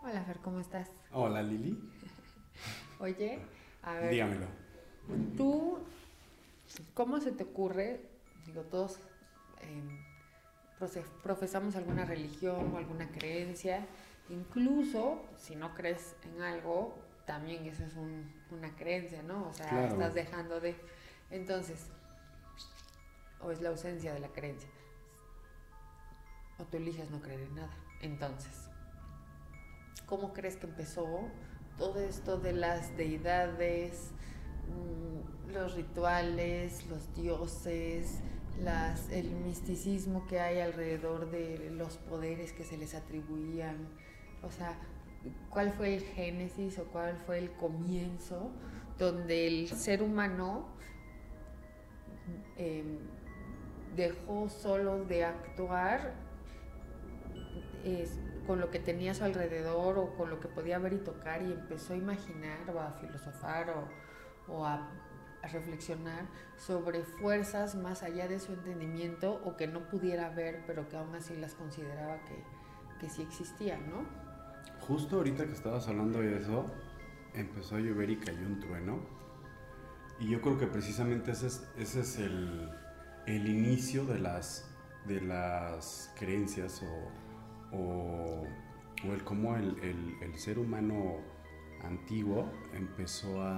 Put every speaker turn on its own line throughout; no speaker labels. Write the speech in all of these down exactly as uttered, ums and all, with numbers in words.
Hola Fer, ¿cómo estás?
Hola Lili,
Oye, a ver,
dígamelo.
¿tú cómo se te ocurre? Digo, todos eh, profe- profesamos alguna religión o alguna creencia, incluso si no crees en algo, también eso es un- una creencia, ¿no? O sea,
Claro,
estás dejando de... Entonces, o es la ausencia de la creencia, o tú eliges no creer en nada. Entonces, ¿cómo crees que empezó todo esto de las deidades, mm, los rituales, los dioses, las, el misticismo que hay alrededor de los poderes que se les atribuían? O sea, ¿cuál fue el génesis o cuál fue el comienzo donde el ser humano eh, dejó solo de actuar eh, con lo que tenía a su alrededor o con lo que podía ver y tocar y empezó a imaginar o a filosofar o, o a, a reflexionar sobre fuerzas más allá de su entendimiento o que no pudiera ver pero que aún así las consideraba que, que sí existían, ¿no?
justo ahorita que estabas hablando de eso, empezó a llover y cayó un trueno. Y yo creo que precisamente ese es, ese es el, el inicio de las, de las creencias o, o, o el cómo el, el, el ser humano antiguo empezó a,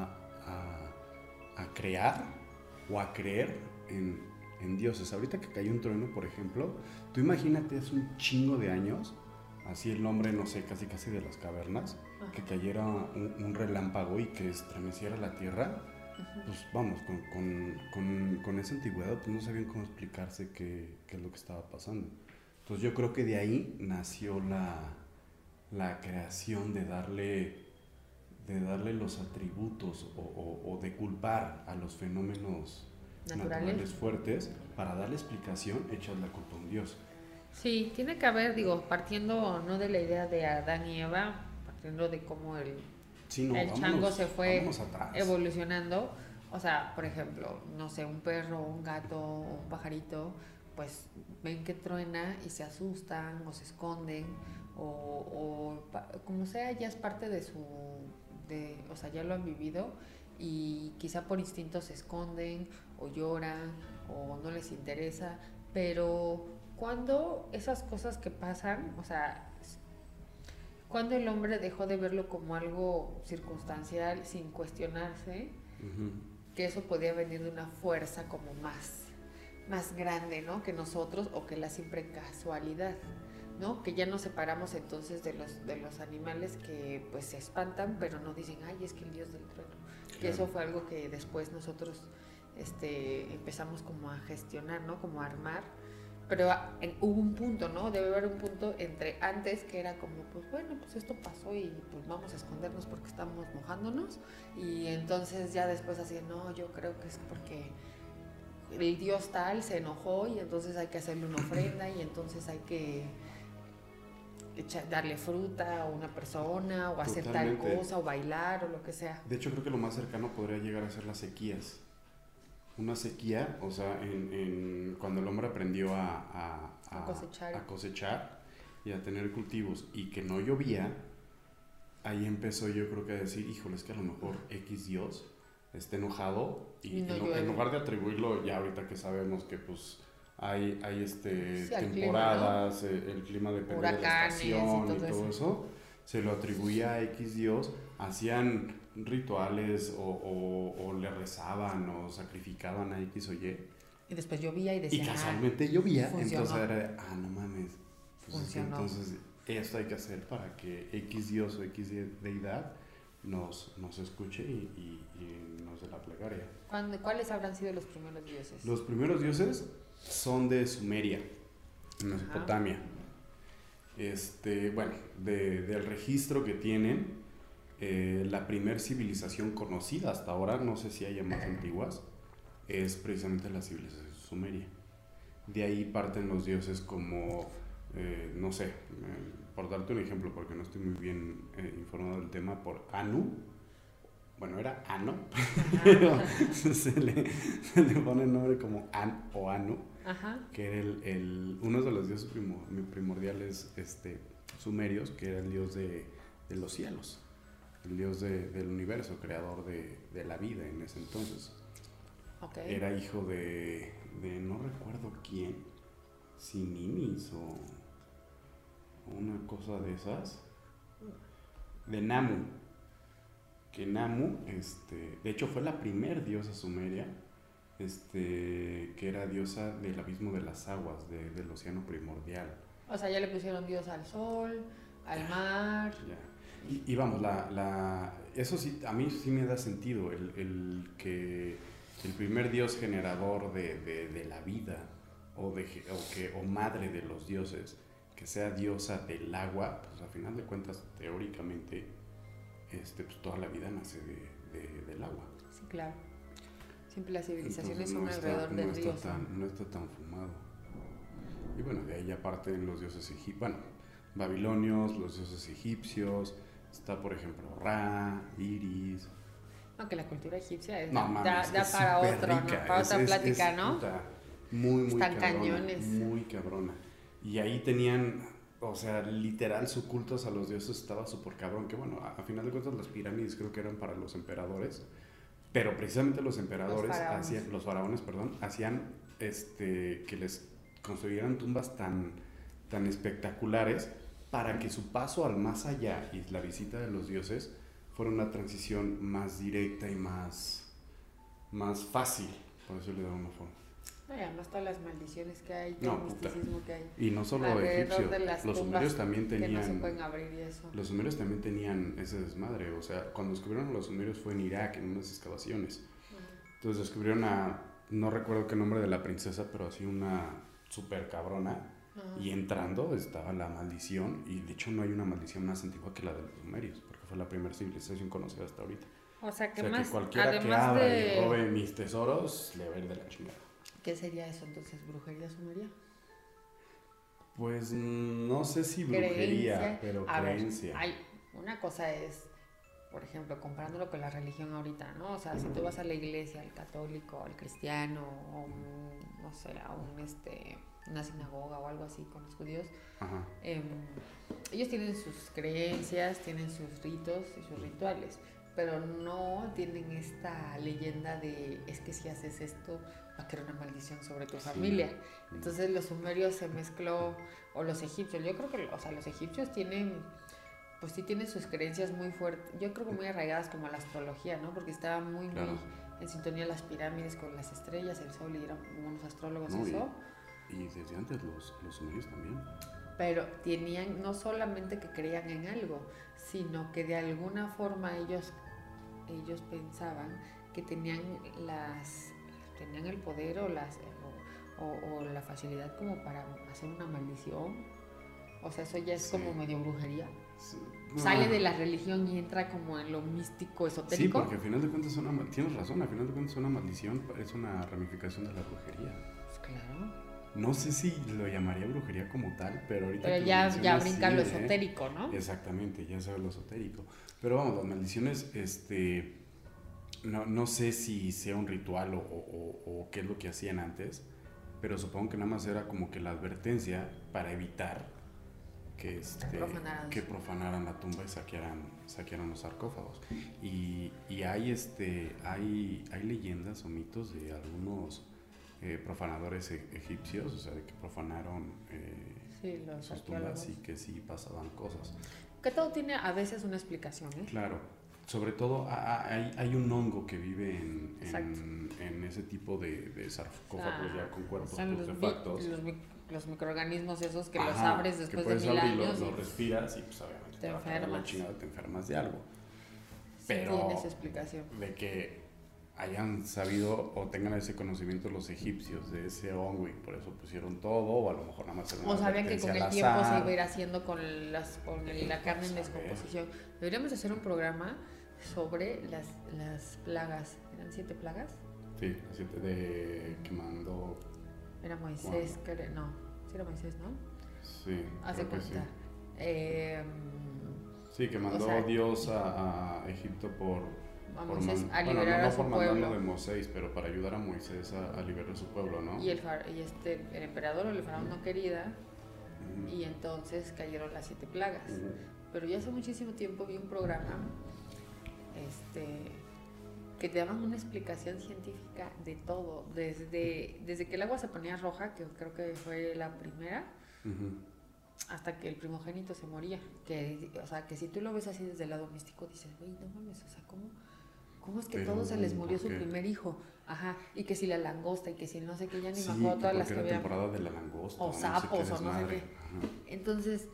a, a crear o a creer en, en dioses. Ahorita que cayó un trueno, por ejemplo, tú imagínate hace un chingo de años, así el hombre, no sé, casi casi de las cavernas, que
Ajá.
cayera un, un relámpago y que estremeciera la tierra. Pues vamos, con, con, con, con esa antigüedad pues no sabían cómo explicarse qué, qué es lo que estaba pasando. Entonces yo creo que de ahí nació la, la creación de darle, de darle los atributos o, o, o de culpar a los fenómenos
Naturales.
naturales fuertes para darle explicación, echar la culpa a un dios.
Sí, tiene que haber, digo, partiendo no de la idea de Adán y Eva, partiendo de cómo el,
Sí, no,
el chango se
vámonos,
fue
vámonos atrás.
evolucionando. O sea, por ejemplo, no sé, un perro, un gato o un pajarito, pues ven que truena y se asustan o se esconden o, o como sea, ya es parte de su, de, o sea, ya lo han vivido y quizá por instinto se esconden o lloran o no les interesa, pero cuando esas cosas que pasan, o sea, cuando el hombre dejó de verlo como algo circunstancial sin cuestionarse
Uh-huh.
que eso podía venir de una fuerza como más, más grande, ¿no? Que nosotros o que la simple casualidad, ¿no? Que ya nos separamos entonces de los, de los animales que pues se espantan, pero no dicen, ay, es que el dios del trueno. Que
Claro.
eso fue algo que después nosotros este, empezamos como a gestionar, ¿no? Como a armar. Pero en, hubo un punto, ¿no? Debe haber un punto entre antes que era como, pues bueno, pues esto pasó y pues vamos a escondernos porque estamos mojándonos. Y entonces ya después así, no, yo creo que es porque el dios tal se enojó y entonces hay que hacerle una ofrenda y entonces hay que echar, darle fruta a una persona o hacer tal
Totalmente.
cosa o bailar o lo que sea.
De hecho, creo que lo más cercano podría llegar a ser las sequías. Una sequía, o sea, en, en cuando el hombre aprendió a, a,
A cosechar.
a, a cosechar y a tener cultivos y que no llovía, ahí empezó yo creo que a decir, híjole, es que a lo mejor X Dios está enojado y,
Y no
en, en
llueve.
lugar de atribuirlo, ya ahorita que sabemos que pues hay, hay este,
Sí, al clima,
temporadas, eh, el clima depende de la
huracanes y
estación y
todo eso.
todo eso, se lo atribuía a X Dios, hacían rituales o, o, o le rezaban o sacrificaban a X o Y.
Y después llovía y
Y
decían, ah,
casualmente llovía,
funcionó.
entonces era de, ah, no mames, pues es que
Funcionó.
entonces esto hay que hacer para que X Dios o X deidad nos, nos escuche y, y, y nos dé la plegaria.
¿Cuándo- ¿Cuáles habrán sido los primeros dioses?
Los primeros dioses son de Sumeria, en Mesopotamia. Este, bueno, de, del registro que tienen, eh, la primer civilización conocida hasta ahora, no sé si haya más antiguas, es precisamente la civilización sumeria. De ahí parten los dioses como, eh, no sé, eh, por darte un ejemplo, porque no estoy muy bien eh, informado del tema, por Anu. Bueno, era Ano, pero se le, se le pone el nombre como An o Anu,
Ajá.
que era el, el, uno de los dioses primor, primordiales este, sumerios, que era el dios de, de los cielos, el dios de, del universo, creador de, de la vida en ese entonces.
Okay.
Era hijo de, de no recuerdo quién, si Nimis o, o una cosa de esas, de Namu, que Namu, este, de hecho fue la primer diosa sumeria, este, que era diosa del abismo de las aguas, de, del océano primordial.
O sea, ya le pusieron dios al sol, al mar.
Ya. Y, y vamos, la, la, eso sí, a mí sí me da sentido, el, el que el primer dios generador de, de, de la vida, o, de, o, que, o madre de los dioses, que sea diosa del agua, pues a final de cuentas, teóricamente, este, pues toda la vida nace de, de, del agua.
Sí, claro. Siempre las civilizaciones
Entonces, no
son
está,
alrededor
no
del
está
dios.
Tan, no está tan fumado. Y bueno, de ahí aparte los dioses egipcios, bueno, babilonios, los dioses egipcios, está por ejemplo Ra, Iris.
Aunque la cultura egipcia es,
No,
da,
mames,
da
es
para,
súper
otro,
rica,
¿no? para
es,
otra
es,
plática,
es,
¿no?
Puta, muy, muy
Están
cabrona,
cañones.
muy cabrona. Y ahí tenían, o sea, literal su cultos a los dioses estaba súper cabrón, que bueno, a, a final de cuentas las pirámides creo que eran para los emperadores, pero precisamente los emperadores,
Los faraones.
hacían, los faraones, perdón, hacían este, que les construyeran tumbas tan, tan espectaculares para que su paso al más allá y la visita de los dioses fuera una transición más directa y más, más fácil, por decirlo de alguna forma.
No, y además todas las maldiciones que hay, todo
No,
el
puta.
misticismo que hay.
Y no solo
Alrededor
egipcios,
de las
los
tumbas
sumerios también
que
tenían,
no se pueden abrir y eso.
los sumerios también tenían ese desmadre, o sea, cuando descubrieron a los sumerios fue en Irak, en unas excavaciones. Entonces descubrieron a, no recuerdo qué nombre de la princesa, pero así una super cabrona.
Ajá.
Y entrando estaba la maldición, y de hecho no hay una maldición más antigua que la de los sumerios, porque fue la primera civilización conocida hasta ahorita.
O sea, que
O sea,
más,
que cualquiera que
además
abra
de...
y robe mis tesoros, le va a ir de la chingada.
¿Qué sería eso entonces? ¿Brujería sumeria?
Pues no sé si brujería,
Creencia.
pero
A ver,
creencia.
hay, una cosa es, por ejemplo, comparándolo con la religión ahorita, ¿no? O sea, si tú vas a la iglesia, al católico, al cristiano, o un, no sé, a un, este, una sinagoga o algo así con los judíos,
Ajá.
eh, ellos tienen sus creencias, tienen sus ritos y sus rituales, pero no tienen esta leyenda de es que si haces esto va a caer una maldición sobre tu
Sí.
familia. Entonces los sumerios se mezcló, o los egipcios, yo creo que, o sea, los egipcios tienen, pues sí tienen sus creencias muy fuertes, yo creo que muy arraigadas como a la astrología, ¿no? Porque estaban muy,
Claro.
muy en sintonía las pirámides con las estrellas, el sol, y eran unos astrólogos
No, y-
eso.
Y desde antes los, los sumerios también.
Pero tenían no solamente que creían en algo, sino que de alguna forma ellos, ellos pensaban que tenían las tenían el poder o las o, o, o la facilidad como para hacer una maldición. O sea, eso ya es
Sí.
como medio brujería.
Sí. No.
Sale de la religión y entra como en lo místico,
Sí,
esotérico.
porque al final de cuentas una, ma- tienes razón, al final de cuentas una maldición es una ramificación de la brujería.
Pues claro.
No sé si lo llamaría brujería como tal, pero ahorita
Pero
que lo
ya, ya
mencionas,
brinca
sí,
lo
¿eh?
esotérico, ¿no?
Exactamente, ya sabes lo esotérico. Pero vamos, las maldiciones, este, no, no sé si sea un ritual o, o, o qué es lo que hacían antes, pero supongo que nada más era como que la advertencia para evitar que, este,
profanaran.
que profanaran la tumba y saquearan, saquearan los sarcófagos. Y, y hay, este, hay, hay leyendas o mitos de algunos eh, profanadores e- egipcios, o sea, de que profanaron eh,
Sí, los
sus tumbas
arqueólogos.
y que sí pasaban cosas.
Que todo tiene a veces una explicación, ¿eh?
Claro, sobre todo a- a- hay, hay un hongo que vive en,
Exacto.
en, en ese tipo de, de sarcófagos
Ah,
ya con cuerpos
son los,
putrefactos.
mi- los, mi- los microorganismos esos que los
Ajá,
abres
que
después de
puedes
mil
abrirlo,
años
lo
y
respiras y pues obviamente
te
va a cargar la
enfermas.
chingada, te enfermas de algo.
sí
Pero
tiene esa explicación.
de que hayan sabido o tengan ese conocimiento los egipcios de ese hongo y por eso pusieron todo, o a lo mejor nada más era una
O sabían que
advertencia
con el
al
tiempo se
azar.
iba a ir haciendo con, las, con el- la carne en
Pues, a ver.
descomposición. Deberíamos hacer un programa sobre las, las plagas. ¿Eran siete plagas?
Sí, así te- de que mandó,
Era Moisés, que era- no, sí era Moisés, ¿no?
sí,
Hace
creo que sí.
cuenta. Eh,
Sí, que mandó
O sea,
Dios a, a Egipto por,
a
por
Moisés
man-
a
bueno,
liberar
no, no
a su
por mandarlo
pueblo.
de Moisés, pero para ayudar a Moisés a, a liberar a su pueblo, ¿no?
Y el, far- y este, el emperador o el faraón no quería,
Ujú.
y entonces cayeron las siete plagas.
Ujú.
pero ya hace muchísimo tiempo vi un programa este, que te daban una explicación científica de todo, desde, desde que el agua se ponía roja, que creo que fue la primera, uh-huh. hasta que el primogénito se moría. Que, o sea, que si tú lo ves así desde el lado místico, dices, güey, no mames, o sea, ¿cómo, cómo es que
pero,
todos se les murió
¿por qué?
Su primer hijo? Ajá, y que si la langosta, y que si no sé qué, ya ni
sí,
me acuerdo todas las que
era
había.
temporada de la langosta.
O sapos,
no sé
o no sé qué. Ajá. Entonces,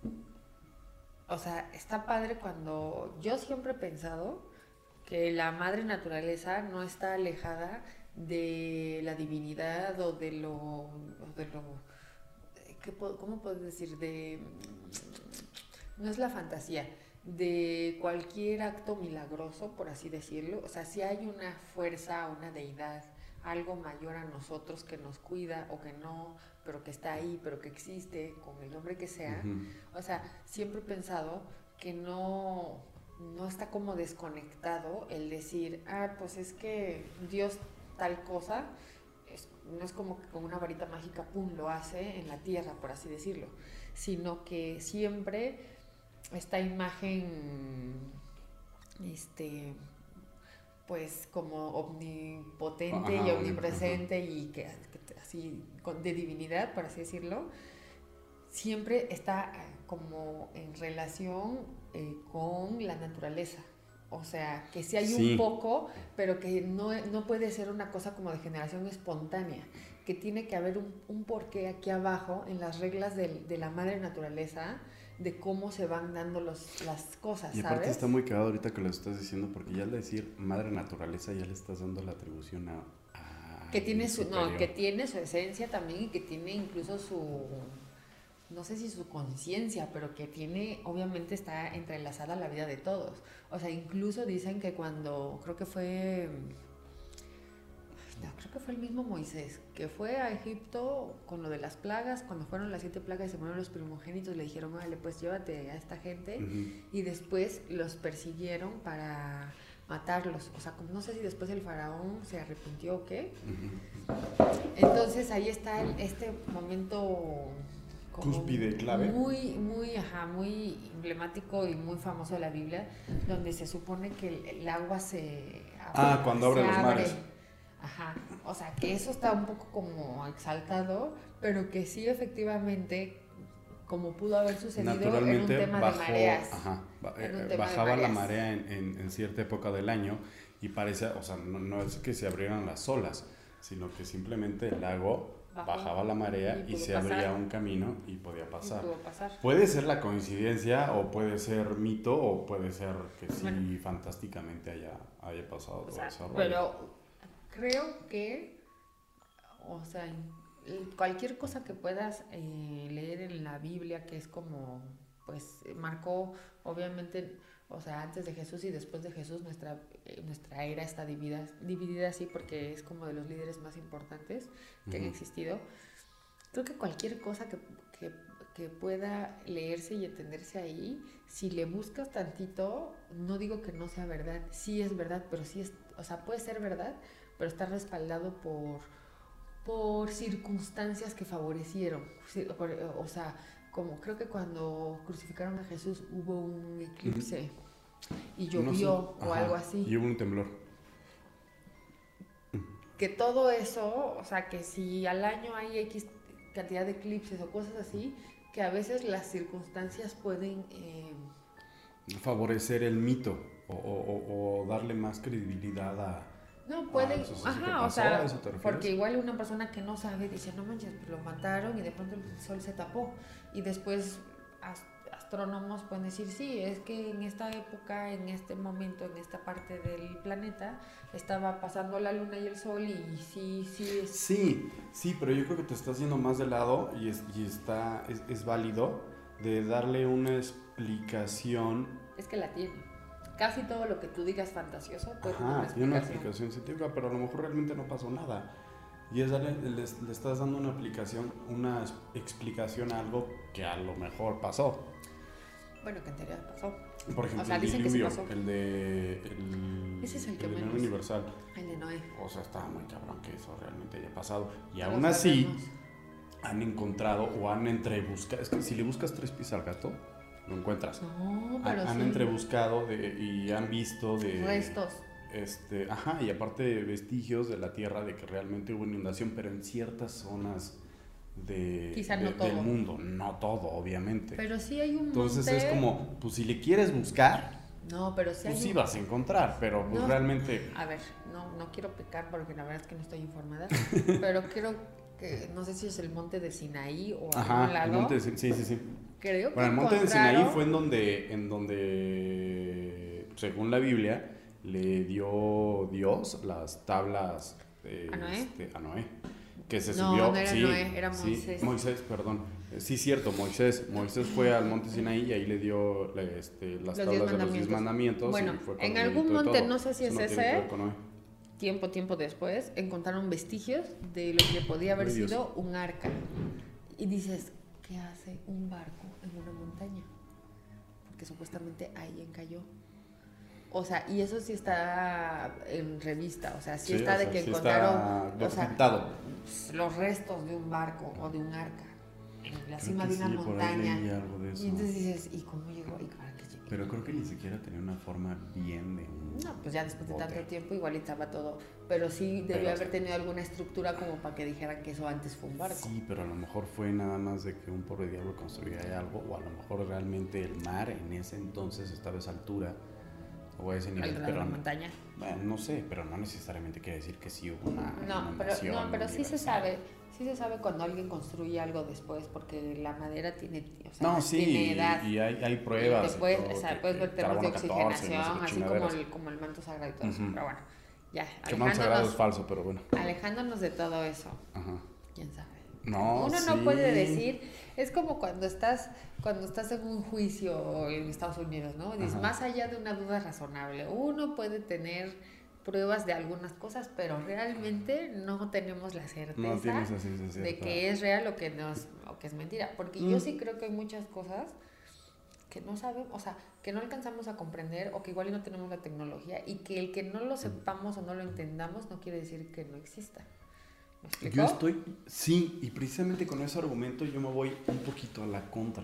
o sea, está padre cuando... Yo siempre he pensado que la madre naturaleza no está alejada de la divinidad o de lo... De lo ¿qué, ¿Cómo puedes decir? De... No es la fantasía, de cualquier acto milagroso, por así decirlo. O sea, si hay una fuerza, una deidad, algo mayor a nosotros que nos cuida o que no, pero que está ahí, pero que existe, con el nombre que sea. Uh-huh. O sea, siempre he pensado que no, no está como desconectado el decir, ah, pues es que Dios tal cosa, es, no es como que con una varita mágica, pum, lo hace en la tierra, por así decirlo, sino que siempre esta imagen, este... pues como omnipotente, ajá, y omnipresente, ajá. y que, que así de divinidad, por así decirlo, siempre está como en relación eh, con la naturaleza. O sea, que sí hay sí. un poco, pero que no, no puede ser una cosa como de generación espontánea, que tiene que haber un, un porqué aquí abajo en las reglas de, de la madre naturaleza, de cómo se van dando los, las cosas,
y aparte
¿sabes?
Está muy cagado ahorita que lo estás diciendo, porque ya al decir madre naturaleza ya le estás dando la atribución a... a
que tiene su superior. No, que tiene su esencia también y que tiene incluso su... no sé si su conciencia, pero que tiene, obviamente está entrelazada a la vida de todos. O sea, incluso dicen que cuando, creo que fue... No, creo que fue el mismo Moisés, que fue a Egipto con lo de las plagas, cuando fueron las siete plagas y se murieron los primogénitos, le dijeron, vale, pues llévate a esta gente, uh-huh. y después los persiguieron para matarlos. O sea, como no sé si después el faraón se arrepintió o qué. Uh-huh. Entonces ahí está el, este momento...
cúspide, clave.
Muy, muy, ajá, muy emblemático y muy famoso de la Biblia, donde se supone que el, el agua se...
Ah, abre, cuando abre los abre. mares.
Ajá, o sea, que eso está un poco como exaltado, pero que sí efectivamente, como pudo haber sucedido en un tema
bajó,
de mareas.
Ajá, eh, bajaba de mareas. la marea en, en, en cierta época del año y parece, o sea, no, no es que se abrieran las olas, sino que simplemente el lago bajó, bajaba la marea y, y se pasar. abría un camino y podía pasar.
Y pudo pasar.
Puede ser la coincidencia o puede ser mito o puede ser que sí bueno. fantásticamente haya, haya pasado todo
sea,
ese rollo.
Pero creo que, o sea, cualquier cosa que puedas eh, leer en la Biblia, que es como, pues, marcó, obviamente, o sea, antes de Jesús y después de Jesús, nuestra, eh, nuestra era está dividida, dividida así porque es como de los líderes más importantes que uh-huh. han existido. Creo que cualquier cosa que, que, que pueda leerse y entenderse ahí, si le buscas tantito, no digo que no sea verdad, sí es verdad, pero sí es, o sea, puede ser verdad, pero está respaldado por, por circunstancias que favorecieron. O sea, como creo que cuando crucificaron a Jesús hubo un eclipse y llovió no sé. o Ajá. algo así.
Y hubo un temblor.
Que todo eso, o sea, que si al año hay X cantidad de eclipses o cosas así, que a veces las circunstancias pueden... Eh,
favorecer el mito o, o, o darle más credibilidad a...
No, puede, ah, ajá, o sea, porque igual una persona que no sabe dice, no manches, lo mataron y de pronto el sol se tapó. Y después astrónomos pueden decir, sí, es que en esta época, en este momento, en esta parte del planeta, estaba pasando la luna y el sol y sí, sí es...
Sí, sí, pero yo creo que te estás yendo más de lado y, es, y está, es, es válido de darle una explicación.
Es que la tiene. Casi todo lo que tú digas fantasioso puede
tener una explicación. Tiene una explicación científica, pero a lo mejor realmente no pasó nada. Y es darle, le, le estás dando una aplicación, una explicación a algo que a lo mejor pasó.
Bueno, que en teoría pasó.
Por ejemplo,
o sea,
el
dicen
diluvio,
que sí pasó.
el de... El,
Ese es el que
el
menos.
El universal.
El de Noé.
O sea, estaba muy cabrón que eso realmente haya pasado. Y aún así, han encontrado o han entrebuscado... Es que si le buscas tres pies al gato... lo encuentras.
No, pero
han, han
sí.
entrebuscado de, y han visto de...
Restos.
Este, ajá, y aparte vestigios de la tierra de que realmente hubo inundación, pero en ciertas zonas de,
Quizá
de-
no todo.
del mundo. No todo, obviamente.
Pero sí hay un
Entonces
monte...
es como, pues si le quieres buscar,
No, pero sí
pues
hay
sí
un...
vas a encontrar, pero pues
No.
realmente...
A ver, no, no quiero pecar porque la verdad es que no estoy informada, pero creo que, no sé si es el monte de Sinaí o algún
Ajá,
lado.
el monte de Sin- sí, sí, sí.
Creo que
Bueno, el monte de Sinaí
encontraron-
fue en donde, en donde, según la Biblia, le dio Dios las tablas eh,
¿A Noé?
este, a Noé. Que se
No,
subió.
no era
sí,
Noé, era
sí,
Moisés.
Moisés, perdón. Eh, Sí, cierto, Moisés. Moisés fue al monte Sinaí y ahí le dio la- este, las
Los
tablas
diez
de los diez mandamientos.
Bueno,
y fue
en
cuando
algún
editó
monte,
todo.
no sé si
Eso
es
no tiene que
ese,
ver con Noé.
tiempo, tiempo después, encontraron vestigios de lo que podía haber
Ay, Dios.
sido un arca. Y dices, ¿qué hace un barco en una montaña? Porque supuestamente ahí encalló. O sea, y eso sí está en revista, o sea, sí,
Sí,
está
o
de
sea,
que
sí
encontraron
está
o sea,
documentado.
los restos de un barco o de un arca en la
Creo
cima
que
de una
sí, por ahí
montaña.
leí algo de eso.
Y entonces dices, ¿y cómo llegó? ¿Y para qué llegó?
Pero creo que ni siquiera tenía una forma bien de un
No, pues ya después de
bote.
tanto tiempo igual estaba todo, pero sí debió
Pero-
haber tenido alguna estructura como para que dijeran que eso antes fue un barco.
Sí, pero a lo mejor fue nada más de que un pobre diablo construía algo, o a lo mejor realmente el mar en ese entonces estaba a esa altura, o a ese nivel,
El de la
pero no,
montaña.
bueno, no sé, pero no necesariamente quiere decir que sí hubo una
No, pero,
inundación
no, pero sí se
universal.
sabe, sí se sabe cuando alguien construye algo después, porque la madera tiene, o sea,
No, sí,
tiene
y,
edad.
y hay, hay
Y
pruebas.
te
y
puedes,
todo,
o sea,
que-
puedes
que
ver temas de
carbono catorce, y no sé qué
oxigenación, así como
chingaderas.
el, como el manto sagrado y todo eso.
Ujú.
Pero bueno, ya,
Que Mount Sagrado es
alejándonos,
falso, pero bueno.
alejándonos de todo eso,
Ajá.
quién sabe.
No,
Uno
sí.
no puede decir, es como cuando estás, cuando estás en un juicio en Estados Unidos, ¿no? Dices,
Ajá.
más allá de una duda razonable, uno puede tener pruebas de algunas cosas, pero realmente no tenemos la certeza
No tienes así de
de
cierta-
que es real o que, no es, o que es mentira. Porque
Mm.
yo sí creo que hay muchas cosas que no sabemos, o sea, que no alcanzamos a comprender o que igual y no tenemos la tecnología y que el que no lo sepamos o no lo entendamos no quiere decir que no exista. ¿Me explico?
Yo estoy, sí, y precisamente con ese argumento yo me voy un poquito a la contra.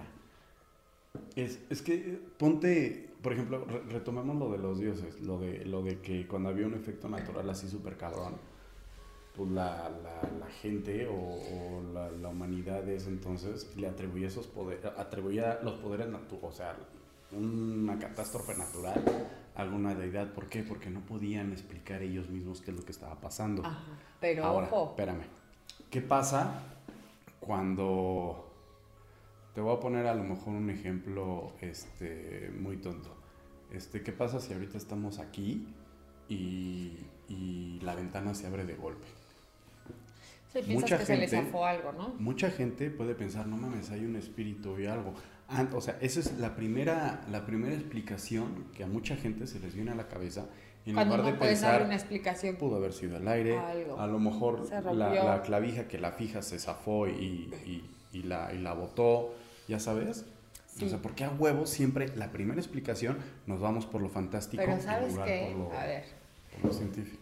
Es, es que eh, ponte, por ejemplo, re- retomemos lo de los dioses, lo de, lo de que cuando había un efecto natural así súper cabrón, pues la, la, la gente o, o la, la humanidad de ese entonces le atribuía esos poderes, atribuía los poderes naturales, o sea, una catástrofe natural a alguna deidad. ¿Por qué? Porque no podían explicar ellos mismos qué es lo que estaba pasando.
Ajá, pero
Ahora,
ojo,
espérame. ¿Qué pasa cuando... Te voy a poner a lo mejor un ejemplo este, muy tonto. Este, ¿qué pasa si ahorita estamos aquí y, y la ventana se abre de golpe?
sí, piensas
mucha
que se le
gente-
zafó algo, ¿no?
Mucha gente puede pensar, no mames, hay un espíritu y algo. Ah, o sea, esa es la primera, la primera explicación que a mucha gente se les viene a la cabeza. Y en
Cuando
lugar
no
de
puedes darle
pensar,
una explicación.
pudo haber sido el aire,
Algo.
a lo mejor
Se
la,
rompió.
la clavija que la fija se zafó y, y, y la, y la botó, ya sabes.
Sí.
O sea, porque a huevo siempre la primera explicación nos vamos por lo fantástico
Pero
en
¿sabes
lugar
qué?
por lo,
A ver,
por lo científico.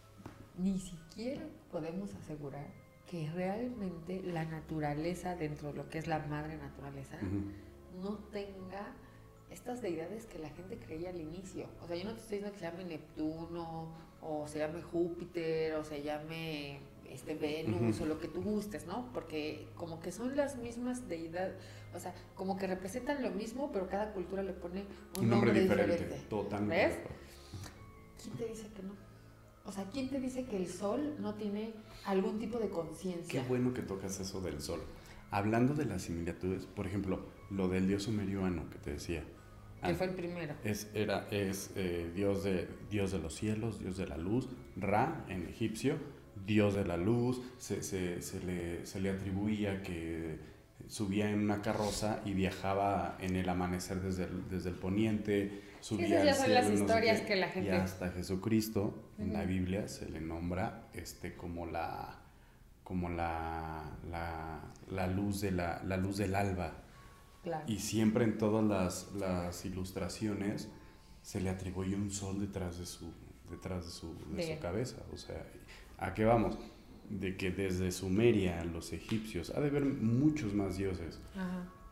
ni siquiera podemos asegurar que realmente la naturaleza, dentro de lo que es la madre naturaleza,
Ujú.
no tenga estas deidades que la gente creía al inicio. O sea, yo no te estoy diciendo que se llame Neptuno, o se llame Júpiter, o se llame este Venus,
Ujú.
o lo que tú gustes, ¿no? Porque como que son las mismas deidades, o sea, como que representan lo mismo, pero cada cultura le pone un,
Un nombre diferente, totalmente.
¿Ves?
de acuerdo.
¿Quién te dice que no? O sea, ¿quién te dice que el sol no tiene algún tipo de
Qué
conciencia?
bueno que tocas eso del sol. Hablando de las similitudes, por ejemplo, lo del dios sumeriano que te decía.
Que fue el primero.
Es, era, es eh, dios, de, dios de los cielos, dios de la luz, Ra en egipcio, dios de la luz, se, se, se, le, se le atribuía que subía en una carroza y viajaba en el amanecer desde el, desde el poniente, subía
esas ya
al
son
cielo
las
y no sé
historias
qué.
que la gente-
Y hasta Jesucristo, en la
Ujú.
Biblia, se le nombra este, como la como la, la, la luz de la, la luz del alba.
Claro.
Y siempre en todas las, las ilustraciones se le atribuye un sol detrás de su, detrás de su, de
De-
su cabeza. O sea, ¿a qué vamos? De que desde Sumeria, los egipcios, ha de haber muchos más dioses.
Ajá.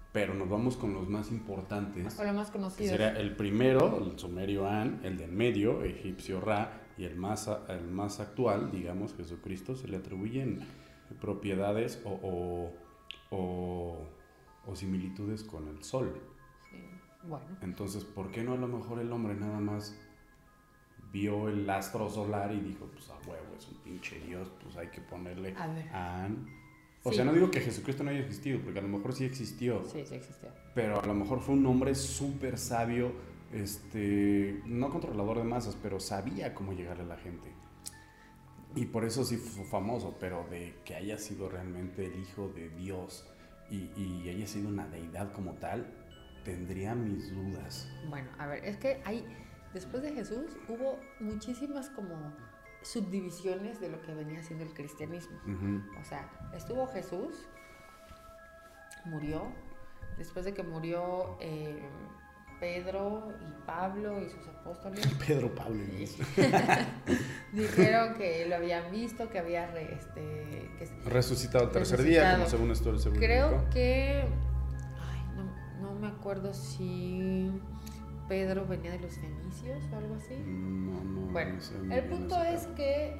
pero nos vamos con los más importantes.
O los más conocidos.
Sería el primero, el sumerio An, el del medio, egipcio Ra, y el más, el más actual, digamos, Jesucristo, se le atribuyen propiedades o, o, o, o similitudes con el sol.
Sí, bueno.
Entonces, ¿por qué no a lo mejor el hombre nada más vio el astro solar y dijo, pues a huevo, es un pinche dios, pues hay que ponerle
a ver.
An? O
Sí.
sea, no digo que Jesucristo no haya existido, porque a lo mejor sí existió.
Sí, sí existió.
Pero a lo mejor fue un hombre súper sabio, este, no controlador de masas, pero sabía cómo llegarle a la gente. Y por eso sí fue famoso, pero de que haya sido realmente el hijo de Dios y, y haya sido una deidad como tal, tendría mis dudas.
Bueno, a ver, es que hay, después de Jesús hubo muchísimas como subdivisiones de lo que venía siendo el cristianismo.
Uh-huh.
O sea, estuvo Jesús, murió, después de que murió eh, Pedro y Pablo y sus apóstoles.
Pedro, Pablo y Luis.
Dijeron que lo habían visto, que había re, este, que,
resucitado el tercer
resucitado.
día, como según esto el segundo.
Creo que, ay, no, no me acuerdo si Pedro venía de los fenicios o algo así.
No, no.
Bueno,
no sé,
el punto es que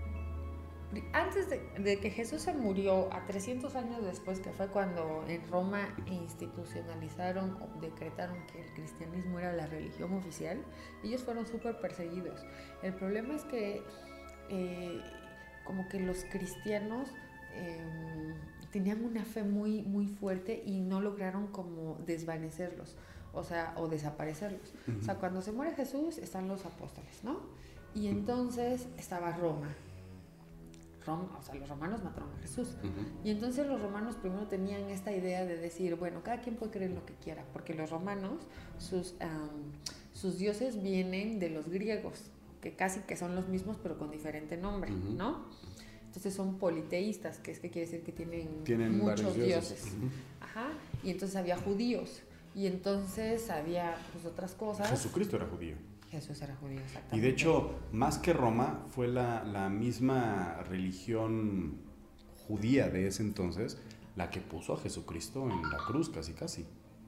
antes de, de que Jesús se murió, a trescientos años después, que fue cuando en Roma institucionalizaron o decretaron que el cristianismo era la religión oficial, ellos fueron súper perseguidos. El problema es que eh, como que los cristianos eh, tenían una fe muy, muy fuerte y no lograron como desvanecerlos. O sea, o desaparecerlos. Uh-huh. O sea, cuando se muere Jesús están los apóstoles, ¿no? Y entonces estaba Roma. Roma, o sea, los romanos mataron a Jesús. Uh-huh. Y entonces los romanos primero tenían esta idea de decir, bueno, cada quien puede creer en lo que quiera, porque los romanos, sus, um, sus dioses vienen de los griegos, que casi que son los mismos, pero con diferente nombre, uh-huh. ¿no? Entonces son politeístas, que es que quiere decir que tienen,
tienen
muchos dioses.
dioses. Uh-huh.
Ajá. Y entonces había judíos. Y entonces había pues otras cosas.
Jesucristo era judío.
Jesús era judío, exactamente.
Y de hecho, más que Roma, fue la, la misma religión judía de ese entonces la que puso a Jesucristo en la cruz, casi casi.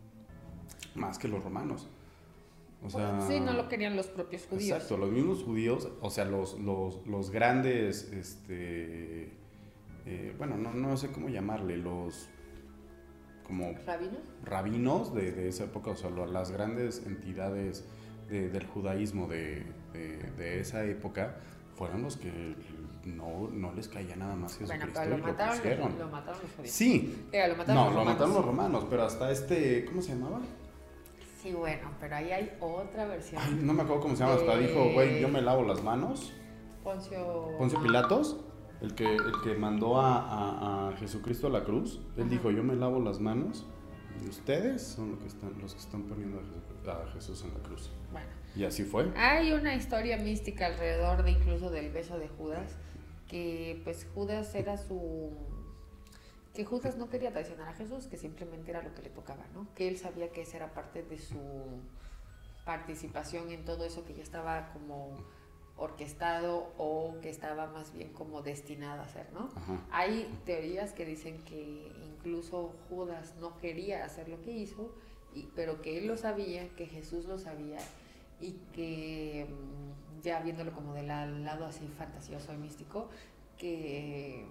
Más que los romanos. O sea,
sí, no lo querían los propios judíos.
Exacto, los mismos judíos, o sea, los, los, los grandes, este, eh, bueno, no, no sé cómo llamarle, los... como
¿Rabinos?
Rabinos de, de esa época, o sea, las grandes entidades de, del judaísmo de, de, de esa época fueron los que no, no les caía nada más Jesucristo.
Bueno, pero lo,
y
mataron,
lo pusieron.
Lo mataron los judíos.
Sí.
Pero lo mataron
no,
los
lo
romanos.
mataron los romanos, pero hasta este, ¿cómo se llamaba?
Sí, bueno, pero ahí hay otra versión.
Ay, no me acuerdo cómo se llama, hasta
de...
dijo, güey, yo me lavo las manos.
Poncio...
Poncio Pilatos. El que, el que mandó a, a, a Jesucristo a la cruz, él Ajá. dijo, yo me lavo las manos y ustedes son los que están, los que están poniendo a Jesús, a Jesús en la cruz.
Bueno.
Y así fue.
Hay una historia mística alrededor de incluso del beso de Judas, que pues Judas era su... que Judas no quería traicionar a Jesús, que simplemente era lo que le tocaba, ¿no? Que él sabía que esa era parte de su participación en todo eso que ya estaba como... orquestado o que estaba más bien como destinado a hacer, ¿no?
Ajá.
Hay teorías que dicen que incluso Judas no quería hacer lo que hizo, y, pero que él lo sabía, que Jesús lo sabía y que ya viéndolo como del lado así fantasioso y místico, que,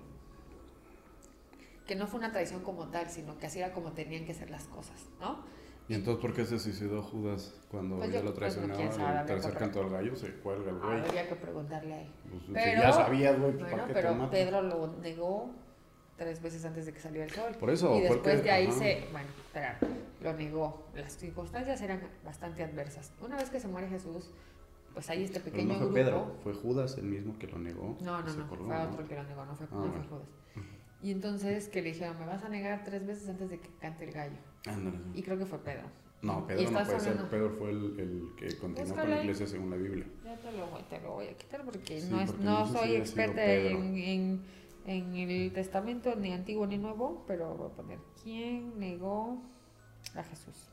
que no fue una traición como tal, sino que así era como tenían que ser las cosas, ¿no?
¿Y entonces por qué se suicidó Judas cuando
pues
ya
yo,
lo traicionaba?
Pues no,
el tercer canto del gallo se cuelga el güey.
Habría que preguntarle a él.
Pues,
pero,
si ya sabías, güey, pues
bueno,
¿para qué
pero
te matas?
Pedro lo negó tres veces antes de que saliera el sol.
Por eso.
Y después
porque,
de ahí
ajá.
se... Bueno, espera, lo negó. Las circunstancias eran bastante adversas. Una vez que se muere Jesús, pues hay este pequeño
pero no fue
grupo...
Pedro, fue Judas el mismo que lo negó.
No, no, no,
colgó,
fue
¿no?
otro que lo negó, no fue,
Ah,
no fue
bueno.
Judas. Y entonces que le dijeron, me vas a negar tres veces antes de que cante el gallo.
Ándale.
Y creo que fue Pedro.
No,
Y
Pedro no
estás
puede ser.
hablando-
Pedro fue el, el que continuó
Búscale
con la
ahí.
iglesia según la Biblia.
Ya te lo, voy- te lo voy a quitar porque
Sí,
no, es,
porque
no,
no sé si
soy
haya sido
experta
Pedro.
en, en, en el testamento ni antiguo ni nuevo, pero voy a poner ¿quién negó a Jesús?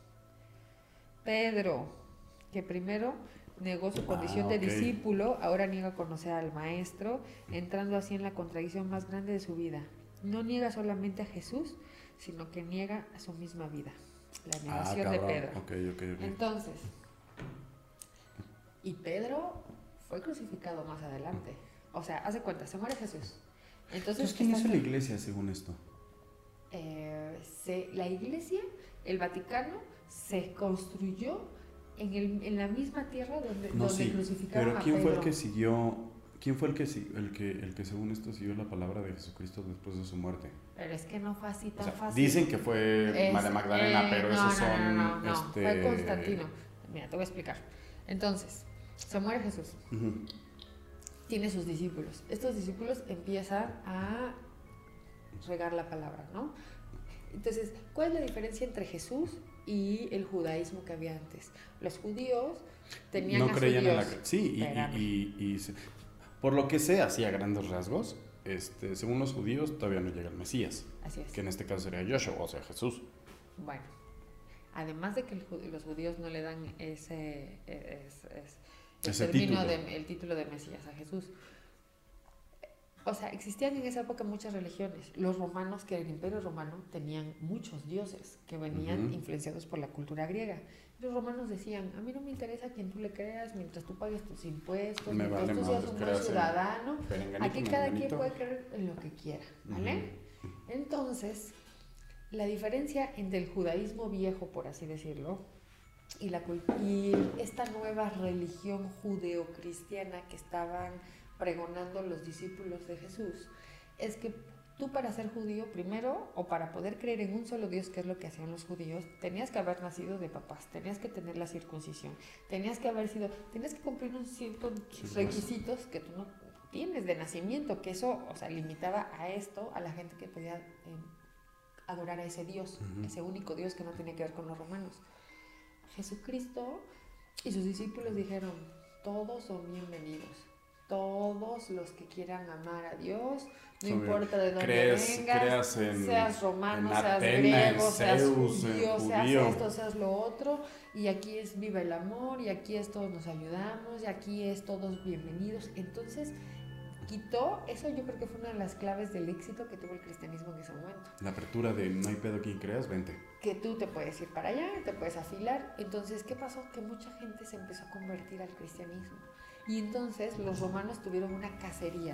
Pedro, que primero negó su condición
Ah,
de
ok.
discípulo, ahora niega conocer al maestro, entrando así en la contradicción más grande de su vida. No niega solamente a Jesús, sino que niega a su misma vida. La
Ah,
negación de
cabrón.
Pedro.
Ok, ok, ok.
Entonces, y Pedro fue crucificado más adelante. O sea, haz de cuenta, se muere Jesús. Entonces,
Entonces, ¿quién
estás-
hizo la iglesia según esto?
eh, se- la iglesia, el Vaticano, se construyó en, el, en la misma tierra donde,
No,
donde
sí,
crucificaron
pero
a
¿quién
Pedro.
fue el que siguió, quién fue el que, si- el que, el que según esto siguió la palabra de Jesucristo después de su muerte?
Pero es que no fue así
O
tan
sea,
fácil.
dicen que fue
Es-
María Magdalena,
eh,
pero
no,
esos
no,
son,
no, no, no,
este...
fue Constantino. Mira, te voy a explicar. Entonces, se muere Jesús.
Ujú.
Tiene sus discípulos. Estos discípulos empiezan a regar la palabra, ¿no? Entonces, ¿cuál es la diferencia entre Jesús y el judaísmo que había antes? Los judíos tenían
No
a
creían
su
en la...
Dios.
Sí, y,
Espérame.
y, y- y se- por lo que sé, así a grandes rasgos, este, según los judíos todavía no llega el Mesías,
Así es.
que en este caso sería Joshua, o sea, Jesús.
Bueno, además de que el ju- los judíos no le dan ese, es- es- el,
Ese
término
título.
de- el título de Mesías a Jesús. O sea, existían en esa época muchas religiones. Los romanos, que el imperio romano, tenían muchos dioses que venían
Ujú.
influenciados por la cultura griega. Los romanos decían, a mí no me interesa a quien tú le creas mientras tú pagues tus impuestos,
Me
mientras
vale
tú
madre,
seas un buen
creas en
ciudadano.
Perenganito,
Aquí cada quien
menganito.
puede creer en lo que quiera, ¿vale? Entonces, la diferencia entre el judaísmo viejo, por así decirlo, y, la, cul- y esta nueva religión judeocristiana que estaban pregonando los discípulos de Jesús, es que tú para ser judío primero, o para poder creer en un solo Dios, que es lo que hacían los judíos, tenías que haber nacido de papás, tenías que tener la circuncisión, tenías que haber sido, tenías que cumplir unos ciertos
Sí, pues.
requisitos que tú no tienes de nacimiento, que eso, o sea, limitaba a esto a la gente que podía eh, adorar a ese Dios,
Ujú.
ese único Dios que no tenía que ver con los romanos. Jesucristo y sus discípulos dijeron, todos son bienvenidos, todos los que quieran amar a Dios, no
Son
importa de dónde
crees-
vengas,
creas en-
seas romano,
en
seas
Atenas, en
griego, seas
Zeus, en
judío, seas
judío.
esto, seas lo otro, y aquí es viva el amor, y aquí es todos nos ayudamos, y aquí es todos bienvenidos. Entonces, quitó, eso yo creo que fue una de las claves del éxito que tuvo el cristianismo en ese momento.
La apertura de no hay pedo quien creas, vente.
Que tú te puedes ir para allá, te puedes afilar. Entonces, ¿qué pasó? Que mucha gente se empezó a convertir al cristianismo. Y entonces los romanos tuvieron una cacería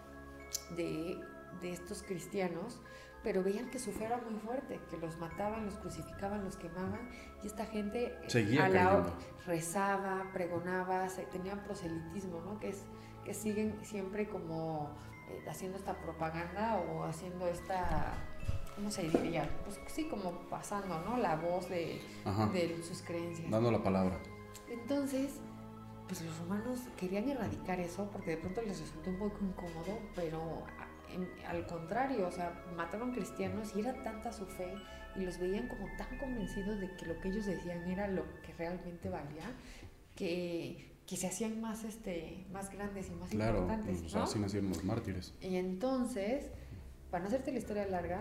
de, de estos cristianos, pero veían que su fe era muy fuerte, que los mataban, los crucificaban, los quemaban, y esta gente
Seguía
a la-
creyendo.
rezaba, pregonaba, se, tenían proselitismo, ¿no? Que es que siguen siempre como eh, haciendo esta propaganda o haciendo esta, ¿cómo se diría? Pues sí, como pasando, ¿no? La voz de,
Ajá.
de sus creencias.
Dando la palabra.
Entonces, pues los romanos querían erradicar eso porque de pronto les resultó un poco incómodo, pero a- en- al contrario, o sea, mataron cristianos y era tanta su fe y los veían como tan convencidos de que lo que ellos decían era lo que realmente valía, que, que se hacían más, este, más grandes y más
Claro,
importantes,
o sea,
¿no?
así nacieron los mártires.
Y entonces, para no hacerte la historia larga,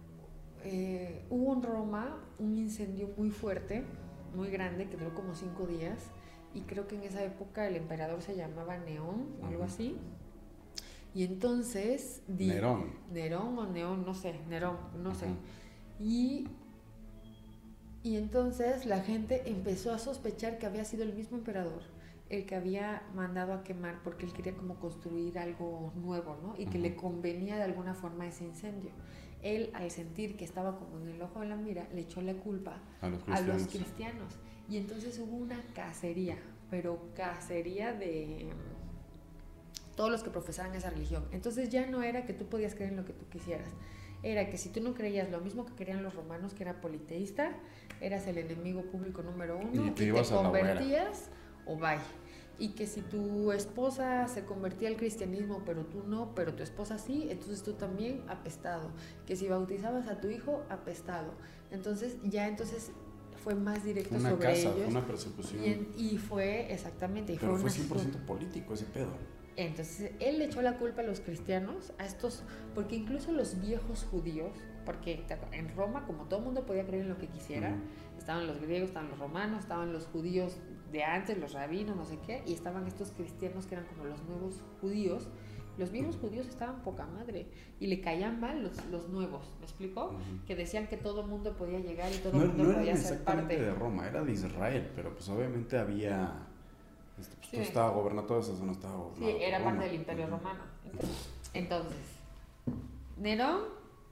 eh, hubo en Roma un incendio muy fuerte, muy grande, que duró como cinco días, y creo que en esa época el emperador se llamaba Neón, o algo
Ujú.
así. Y entonces... di-
Nerón.
Nerón o Neón, no sé, Nerón, no sé.
Ujú.
Y, y entonces la gente empezó a sospechar que había sido el mismo emperador el que había mandado a quemar porque él quería como construir algo nuevo, ¿no? Y que
Ujú.
le convenía de alguna forma ese incendio. Él, al sentir que estaba como en el ojo de la mira, le echó la culpa
A los
a
cristianos.
los cristianos. Y entonces hubo una cacería, pero cacería de mm, todos los que profesaban esa religión. Entonces ya no era que tú podías creer en lo que tú quisieras. Era que si tú no creías lo mismo que querían los romanos, que era politeísta, eras el enemigo público número uno
Y
y
te
te,
ibas a la hoguera.
convertías o bye. Y que si tu esposa se convertía al cristianismo, pero tú no, pero tu esposa sí, entonces tú también apestado. Que si bautizabas a tu hijo, apestado. Entonces ya entonces fue más directo
Una
sobre
casa,
ellos.
una persecución.
Y, en- y fue exactamente. Y
Pero
fue
fue
una-
cien por ciento político ese pedo.
Entonces él le echó la culpa a los cristianos, a estos, porque incluso los viejos judíos, porque en Roma, como todo el mundo podía creer en lo que quisiera,
Ujú.
estaban los griegos, estaban los romanos, estaban los judíos de antes, los rabinos, no sé qué, y estaban estos cristianos que eran como los nuevos judíos. Los viejos judíos estaban poca madre y le caían mal los, los nuevos, ¿me explico?
Uh-huh.
Que decían que todo el mundo podía llegar y todo el
No,
mundo
no
podía
eran
ser
exactamente
parte.
de Roma, era de Israel, pero pues obviamente había... Este, pues,
Sí.
todo estaba gobernado, toda esa zona estaba gobernada.
Sí, era
por
parte
Roma.
del Imperio
Uh-huh.
Romano. Entonces, Nerón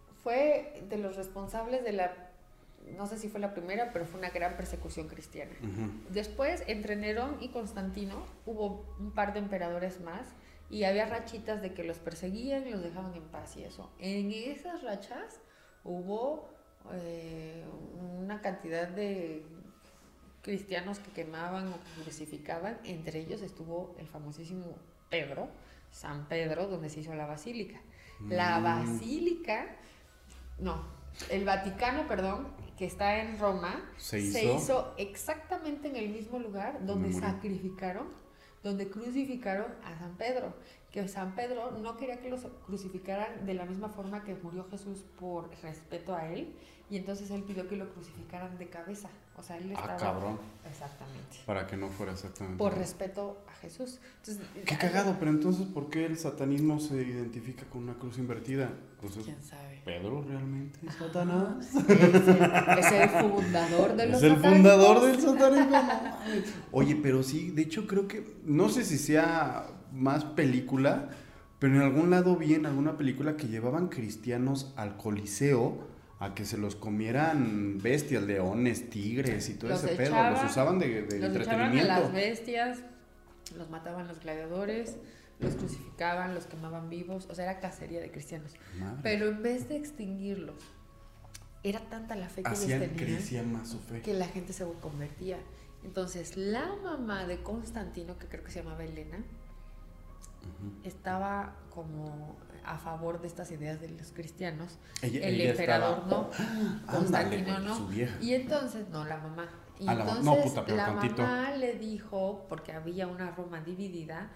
fue de los responsables de la, no sé si fue la primera, pero fue una gran persecución cristiana.
Uh-huh.
Después, entre Nerón y Constantino, hubo un par de emperadores más y había rachitas de que los perseguían y los dejaban en paz y eso. En esas rachas hubo eh, una cantidad de cristianos que quemaban o que crucificaban. Entre ellos estuvo el famosísimo Pedro, San Pedro, donde se hizo la basílica. La basílica, no, el Vaticano, perdón, que está en Roma,
se hizo,
se hizo exactamente en el mismo lugar donde sacrificaron, donde crucificaron a San Pedro. Que San Pedro no quería que los crucificaran de la misma forma que murió Jesús por respeto a él, y entonces él pidió que lo crucificaran de cabeza. O sea, él estaba...
Ah, cabrón.
Exactamente.
Para que no fuera exactamente.
Por respeto a Jesús. Entonces,
qué cagado, pero entonces, ¿por qué el satanismo se identifica con una cruz invertida? Entonces,
¿quién sabe?
¿Pedro realmente es Satanás?
Es el, es el fundador de los
Es el
satánicos.
fundador del satanismo. No. Oye, pero sí, de hecho creo que, no sé si sea más película, pero en algún lado vi en alguna película que llevaban cristianos al Coliseo a que se los comieran bestias, leones, tigres y todo
Los
ese pedo.
echaban,
Los usaban de, de
los
entretenimiento.
echaban a las bestias, los mataban los gladiadores, los crucificaban, los quemaban vivos. O sea, era cacería de cristianos.
Madre.
Pero en vez de extinguirlos, era tanta la fe que
hacían,
ellos tenían
crecían más su fe.
que la gente se convertía. Entonces, la mamá de Constantino, que creo que se llamaba Elena, uh-huh. estaba como a favor de estas ideas de los cristianos.
Ella,
el
ella
emperador
estaba...
no,
¡Ah!
Constantino
Ándale,
no.
su vieja.
Y entonces, no, la mamá. Y
ah, la
entonces
no, puta, pero
la
tantito.
mamá le dijo, porque había una Roma dividida,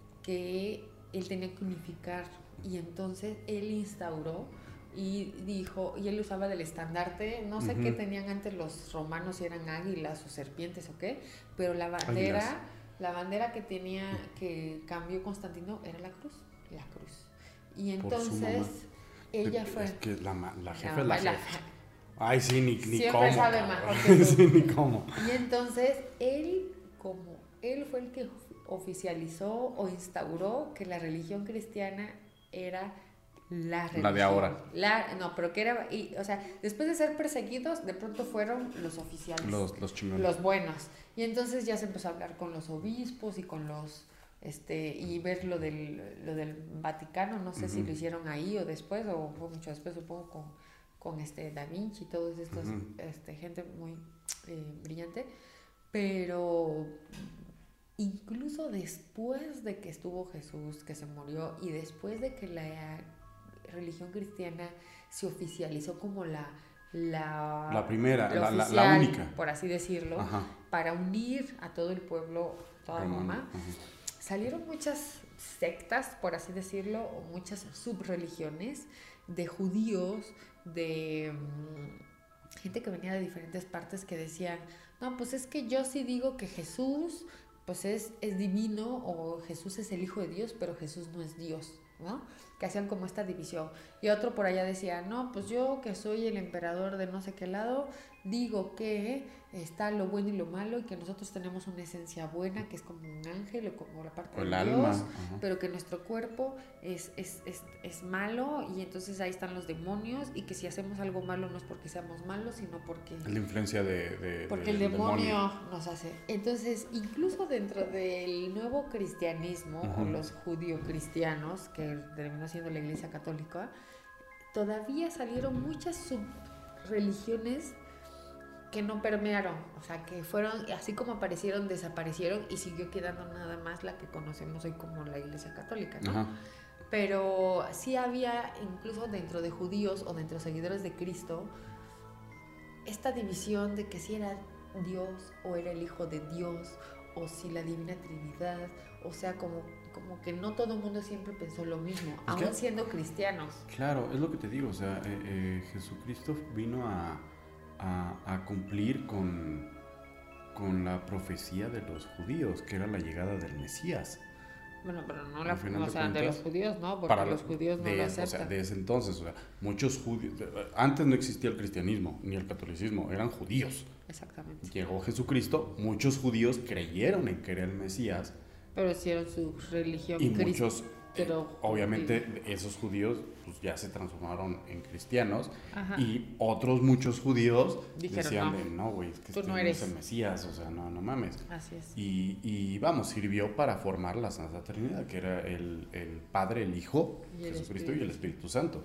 que él tenía que unificar. Y entonces él instauró y dijo, y él usaba del estandarte, no sé uh-huh. qué tenían antes los romanos, si eran águilas o serpientes o qué, pero la bandera, águilas. La bandera que tenía, que cambió Constantino, era la cruz, la cruz. Y entonces ella fue...
Es que la, la jefa
la,
es la,
la
jefa. Ay, sí, ni, ni
siempre
cómo.
Sabe mejor que tú.
Sí, ni cómo.
Y entonces él, como él fue el que oficializó o instauró que la religión cristiana era la religión.
La de ahora.
La, no, pero que era, y, o sea, después de ser perseguidos, de pronto fueron los oficiales.
Los, los chingones.
Los buenos. Y entonces ya se empezó a hablar con los obispos y con los... Este, y ver lo del, lo del Vaticano, no sé uh-huh. si lo hicieron ahí o después, o fue mucho después, supongo, con, con este Da Vinci y todos estos, uh-huh. este, gente muy eh, brillante, pero incluso después de que estuvo Jesús, que se murió, y después de que la religión cristiana se oficializó como la la,
la primera, la,
oficial,
la, la única,
por así decirlo, uh-huh. para unir a todo el pueblo, toda Roma, uh-huh. salieron muchas sectas, por así decirlo, o muchas subreligiones de judíos, de um, gente que venía de diferentes partes que decían, no, pues es que yo sí digo que Jesús pues es, es divino, o Jesús es el Hijo de Dios, pero Jesús no es Dios, ¿no? Que hacían como esta división. Y otro por allá decía, no, pues yo que soy el emperador de no sé qué lado, digo que está lo bueno y lo malo, y que nosotros tenemos una esencia buena, que es como un ángel o como la parte
o
de
el
Dios,
alma. Uh-huh.
Pero que nuestro cuerpo es, es, es, es malo, y entonces ahí están los demonios, y que si hacemos algo malo no es porque seamos malos, sino porque...
La influencia de... de
porque
de,
el demonio,
demonio
nos hace... Entonces, incluso dentro del nuevo cristianismo, uh-huh. o los judío-cristianos, que terminó siendo la Iglesia Católica, todavía salieron muchas subreligiones que no permearon, o sea, que fueron, así como aparecieron, desaparecieron, y siguió quedando nada más la que conocemos hoy como la Iglesia Católica, ¿no? Uh-huh. Pero sí había, incluso dentro de judíos o dentro de seguidores de Cristo, esta división de que si era Dios o era el Hijo de Dios, o si la Divina Trinidad, o sea, como, como que no todo el mundo siempre pensó lo mismo, es aún que, siendo cristianos.
Claro, es lo que te digo, o sea, eh, eh, Jesucristo vino a, a, a cumplir con, con la profecía de los judíos, que era la llegada del Mesías.
Bueno, pero no la,
al final
o
de
sea, de
cuentas,
los judíos, ¿no? Porque
para
los judíos no
de,
lo
o sea,
aceptan.
de ese entonces, o sea, muchos judíos, antes no existía el cristianismo ni el catolicismo, eran judíos.
Exactamente.
Llegó Jesucristo, muchos judíos creyeron en que era el Mesías.
Pero hicieron su religión
Y
crist-
muchos,
pero
eh, obviamente, esos judíos pues, ya se transformaron en cristianos.
Ajá.
Y otros muchos judíos
Dijeron,
decían
no,
de, no, güey, es que
tú
este
no
no
eres.
es el Mesías, o sea, no, no mames.
Así es.
Y, y vamos, sirvió para formar la Santa Trinidad, que era el, el Padre, el Hijo,
Y el
Jesucristo
Espíritu.
y el Espíritu Santo.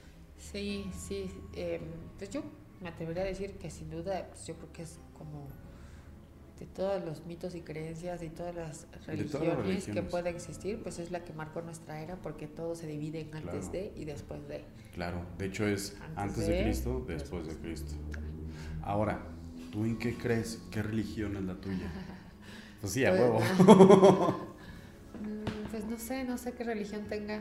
Sí, sí. eh, pues yo me atrevería a decir que sin duda, pues yo creo que es como de todos los mitos y creencias y todas las
todas las
religiones, que
religiones.
pueden existir, pues es la que marcó nuestra era, porque todo se divide en antes
Claro.
de y después de.
Claro, de hecho es
Antes
antes de
de,
Cristo, después de Cristo. Ahora, ¿tú en qué crees? ¿Qué religión es la tuya? Pues sí, a
Pues,
huevo.
Mm, Pues no sé, no sé qué religión tenga,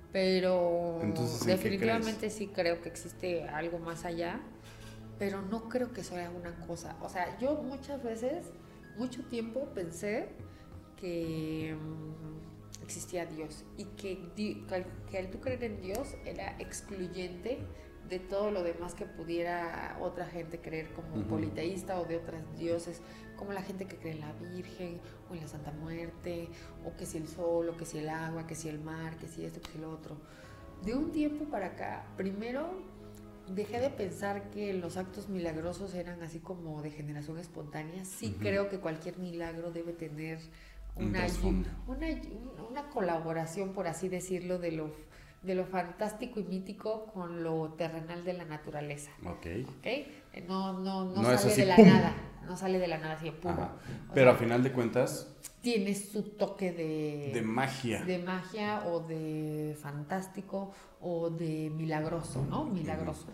pero
Entonces, ¿en qué
definitivamente sí creo que existe algo más allá, pero no creo que sea una cosa. O sea, yo muchas veces, mucho tiempo pensé que mm, existía Dios y que, di- que al- que al tú creer en Dios era excluyente de todo lo demás que pudiera otra gente creer, como
Ujú.
politeísta o de otros dioses, como la gente que cree en la Virgen o en la Santa Muerte, o que si el sol, o que si el agua, que si el mar, que si esto, que si lo otro. De un tiempo para acá, primero dejé de pensar que los actos milagrosos eran así como de generación espontánea. Sí
Ujú.
creo que cualquier milagro debe tener
Un
una,
trasfondo.
una, una colaboración, por así decirlo, de lo, de lo fantástico y mítico con lo terrenal de la naturaleza.
Ok.
¿Ok? Eh, No, no, no,
No es
sale
así,
de la
¡pum!
nada, no sale de la nada así de pum.
Ajá.
O
Pero
sea,
a final de cuentas,
tiene su toque de,
de magia.
de magia o de fantástico o de milagroso, ¿no? Milagroso.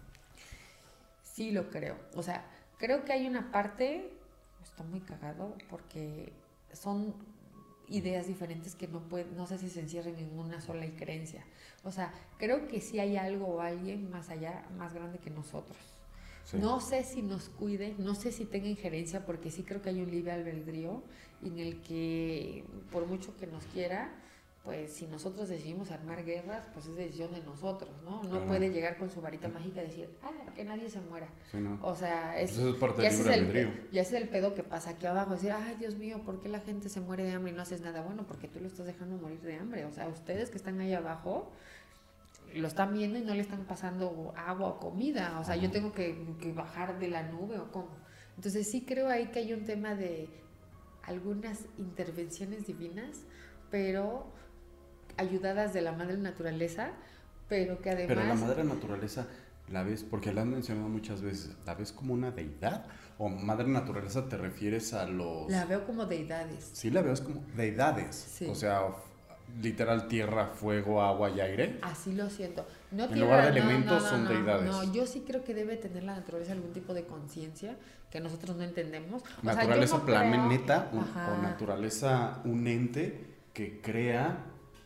Sí lo creo. O sea, creo que hay una parte, está muy cagado porque son ideas diferentes que no pueden, no sé si se encierren en una sola creencia. O sea, creo que sí hay algo o alguien más allá, más grande que nosotros.
Sí.
No sé si nos cuide, no sé si tenga injerencia, porque sí creo que hay un libre albedrío en el que por mucho que nos quiera, pues si nosotros decidimos armar guerras, pues es decisión de nosotros, ¿no? No
Claro.
puede llegar con su varita mágica y decir, ah, que nadie se muera.
Sí, ¿no?
O sea, es,
Pues eso es parte
y
del
ese
libre
es el
albedrío.
pe- y ese es el pedo que pasa aquí abajo, decir, ay, Dios mío, ¿por qué la gente se muere de hambre y no haces nada? Bueno, porque tú lo estás dejando morir de hambre. O sea, ustedes que están ahí abajo lo están viendo y no le están pasando agua o comida. O sea, yo tengo que, que bajar de la nube o cómo. Entonces sí creo ahí que hay un tema de algunas intervenciones divinas, pero ayudadas de la madre naturaleza, pero que además...
Pero la madre naturaleza, ¿la ves? Porque la han mencionado muchas veces. ¿La ves como una deidad? ¿O madre naturaleza te refieres a los...?
La veo como deidades.
Sí, la ves como deidades.
Sí.
O sea, f- literal tierra, fuego, agua y aire.
Así lo siento. No
En
tierra,
lugar de
no,
elementos
no, no,
son
no,
deidades.
No, yo sí creo que debe tener la naturaleza algún tipo de conciencia que nosotros no entendemos. O sea, yo
Naturaleza
no creo-
planeta un-
Ajá.
o naturaleza un ente que crea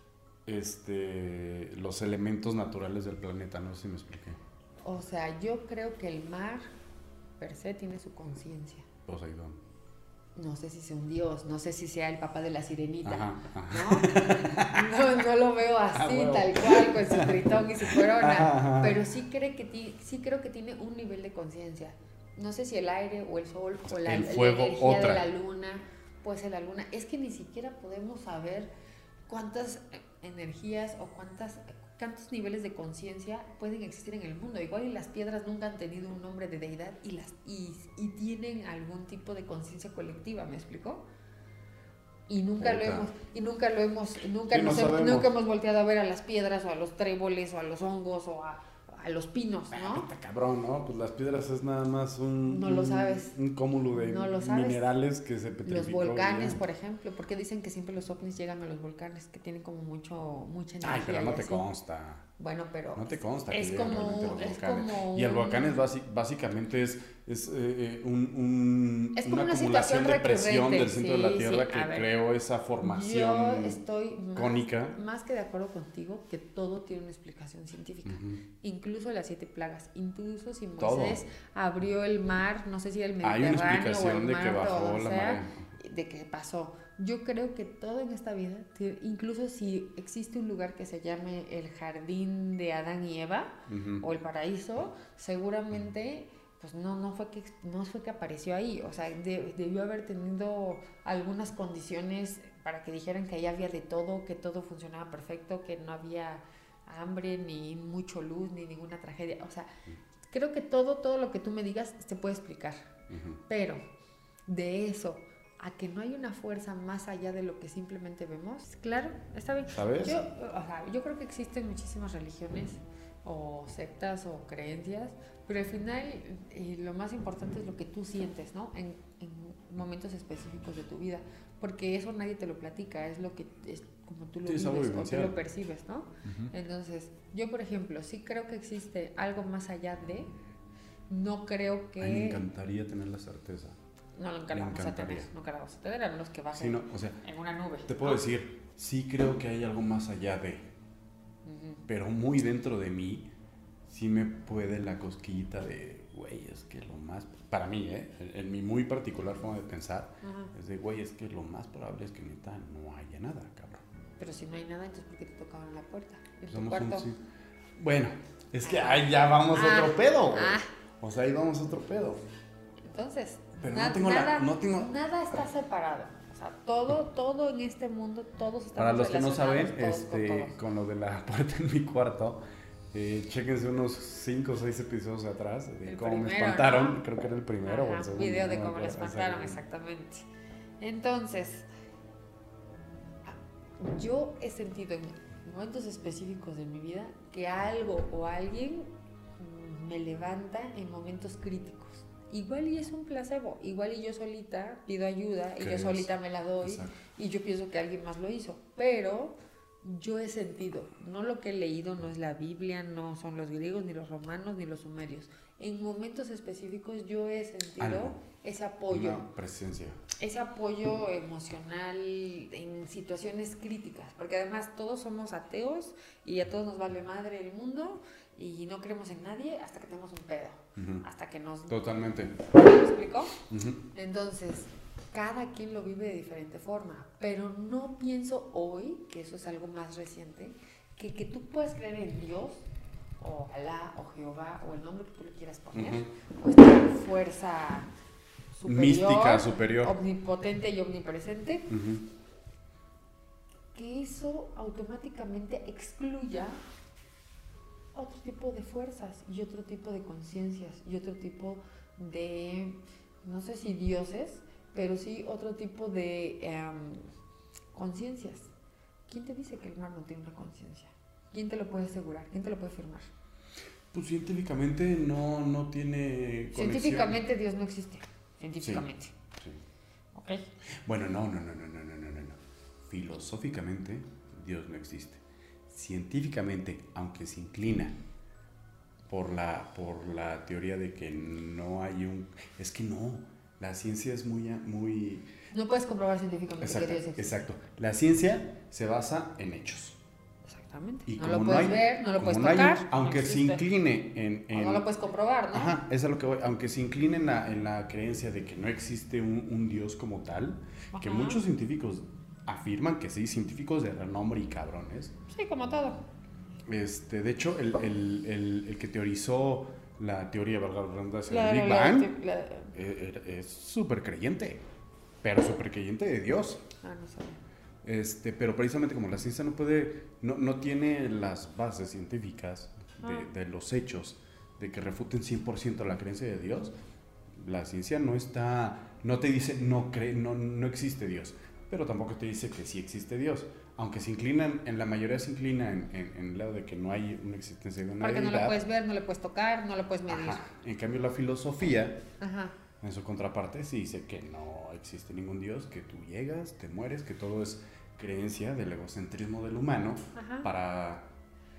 este los elementos naturales del planeta. No sé si me expliqué.
O sea, yo creo que el mar per se tiene su conciencia.
Poseidón.
No sé si sea un dios, no sé si sea el papá de la sirenita,
Ajá, ajá.
¿no? No, no lo veo
Ah,
así,
huevo.
tal cual, con su tritón y su corona.
Ajá, ajá.
Pero sí, cree que ti- sí creo que tiene un nivel de conciencia. No sé si el aire o el sol o la,
El
la
fuego,
energía
otra.
de la luna, puede ser la luna. Es que ni siquiera podemos saber cuántas eh, energías o cuántas, cuántos niveles de conciencia pueden existir en el mundo. Igual y las piedras nunca han tenido un nombre de deidad y, las, y, y tienen algún tipo de conciencia colectiva, ¿me explico? Y nunca lo
Puta.
hemos, y nunca lo hemos, nunca,
Sí, no
nos hemos,
sabemos.
nunca hemos volteado a ver a las piedras o a los tréboles o a los hongos o a, a los pinos,
Ah,
¿no?
está cabrón, ¿no? Pues las piedras es nada más un...
No lo
un-
sabes.
Un cúmulo de
No lo sabes.
minerales que se
Los
petrificó.
volcanes,
ya.
por ejemplo, porque dicen que siempre los ovnis llegan a los volcanes, que tienen como mucho, mucha energía.
Ay, pero
y
no te
así.
consta.
Bueno, pero
No te consta que
es
llegan
como,
realmente los
es
volcanes.
como
Y el
un-
volcán es basi- básicamente es, es eh, eh, un, un-
Es como
una
una
acumulación
situación
de presión
recurrente,
del centro de la
sí,
Tierra
sí,
que
a ver.
creó esa
Yo
formación
estoy más,
cónica.
más que de acuerdo contigo que todo tiene una explicación científica.
Ujú.
Incluso las siete plagas, incluso si
Todo.
Moisés abrió el mar, no sé si era el
Hay una
Mediterráneo o
explicación
el
de
mar
que
o
bajó
donde
la
sea,
marea.
de que pasó. yo creo que todo en esta vida, incluso si existe un lugar que se llame el jardín de Adán y Eva, uh-huh, o el paraíso, seguramente pues no, no, fue que, no fue que apareció ahí, o sea, de, debió haber tenido algunas condiciones para que dijeran que ahí había de todo, que todo funcionaba perfecto, que no había hambre, ni mucho luz, ni ninguna tragedia. O sea, creo que todo, todo lo que tú me digas se puede explicar. Uh-huh. Pero de eso a que no hay una fuerza más allá de lo que simplemente vemos, claro, está bien.
¿Sabes?
Yo, o sea, yo creo que existen muchísimas religiones o sectas o creencias, pero al final eh, lo más importante es lo que tú sientes, ¿no? En, en momentos específicos de tu vida, porque eso nadie te lo platica, es lo que es como tú lo
sí,
vives o tú lo percibes, ¿no? Uh-huh. Entonces, yo por ejemplo, sí creo que existe algo más allá de, no creo que...
Ay, me encantaría tener la certeza.
No, nunca la vamos a tener, nunca la vamos a tener, eran los que bajan
sí, no, o sea,
en una nube.
Te puedo ¿no? decir, sí creo que hay algo más allá de, uh-huh, pero muy dentro de mí, sí me puede la cosquillita de, güey, es que lo más, para mí, ¿eh? En, en mi muy particular forma de pensar, uh-huh, es de, güey, es que lo más probable es que neta no haya nada, cabrón.
Pero si no hay nada, entonces ¿por qué te tocaban la puerta? ¿En
Somos
tu cuarto?
Un, sí. Bueno, es que ahí ya vamos
ah,
a otro pedo, güey.
Ah.
O sea, ahí vamos a otro pedo.
Entonces,
pero
na-
no tengo
nada,
la, no tengo...
nada está separado. O sea, todo, todo en este mundo, todos estamos
Para los que no saben,
todos
este,
con, todos.
con lo de la puerta en mi cuarto, eh, chéquense unos cinco o seis episodios atrás de
el
cómo
primero,
me espantaron,
¿no?
Creo que era el primero.
Ajá,
o el segundo,
video de
no
cómo me espantaron, exactamente. Entonces, yo he sentido en momentos específicos de mi vida que algo o alguien me levanta en momentos críticos. Igual y es un placebo, igual y yo solita pido ayuda y yo solita me la doy. Exacto. Y yo pienso que alguien más lo hizo, pero yo he sentido, no lo que he leído, no es la Biblia, no son los griegos, ni los romanos, ni los sumerios. En momentos específicos yo he sentido algo, ese apoyo.
Una presencia.
Ese apoyo emocional en situaciones críticas, porque además todos somos ateos y a todos nos vale madre el mundo y no creemos en nadie hasta que tenemos un pedo, uh-huh, hasta que nos...
Totalmente.
¿Me explico?
Uh-huh.
Entonces, cada quien lo vive de diferente forma, pero no pienso hoy, que eso es algo más reciente, que, que tú puedas creer en Dios, o Alá, o Jehová, o el nombre que tú le quieras poner, uh-huh, o esta fuerza superior,
mística, superior,
omnipotente y omnipresente,
uh-huh,
que eso automáticamente excluya otro tipo de fuerzas y otro tipo de conciencias y otro tipo de, no sé si dioses, pero sí otro tipo de um, conciencias. ¿Quién te dice que el mar no tiene una conciencia? ¿Quién te lo puede asegurar? ¿Quién te lo puede firmar?
Pues científicamente no, no tiene conexión.
Científicamente Dios no existe. Científicamente.
Sí, sí.
Okay.
Bueno, no, no, no, no, no, no, no, no. Filosóficamente Dios no existe. Científicamente, aunque se inclina por la, por la teoría de que no hay un... Es que no, la ciencia es muy... muy...
No puedes comprobar científicamente
exacto,
que Dios existe.
Exacto, la ciencia se basa en hechos.
Exactamente.
Y
no lo puedes
no hay,
ver, no lo puedes
no
tocar.
Hay, aunque
no
se incline en, en...
O no lo puedes comprobar, ¿no?
Ajá, eso es a lo que voy. Aunque se incline en la, en la creencia de que no existe un, un Dios como tal, ajá, que muchos científicos afirman que sí, científicos de renombre y cabrones.
Sí, como todo.
Este, de hecho, el, el, el, el que teorizó la teoría, valga la redundancia,
la,
del Big
la,
Bang,
la, la,
es súper creyente, pero súper creyente de Dios.
Ah, no sabía.
Este, pero precisamente como la ciencia no puede, no, no tiene las bases científicas de, ah. de los hechos, de que refuten cien por ciento la creencia de Dios, la ciencia no está, no te dice no, cree, no, no existe Dios, pero tampoco te dice que sí existe Dios. Aunque se inclinan, en la mayoría se inclina en, en, en el lado de que no hay una existencia de una
Porque
deidad.
no lo puedes ver, no lo puedes tocar, no lo puedes medir.
Ajá. En cambio la filosofía,
ajá,
en su contraparte, sí dice que no existe ningún Dios, que tú llegas, te mueres, que todo es creencia del egocentrismo del humano, ajá, para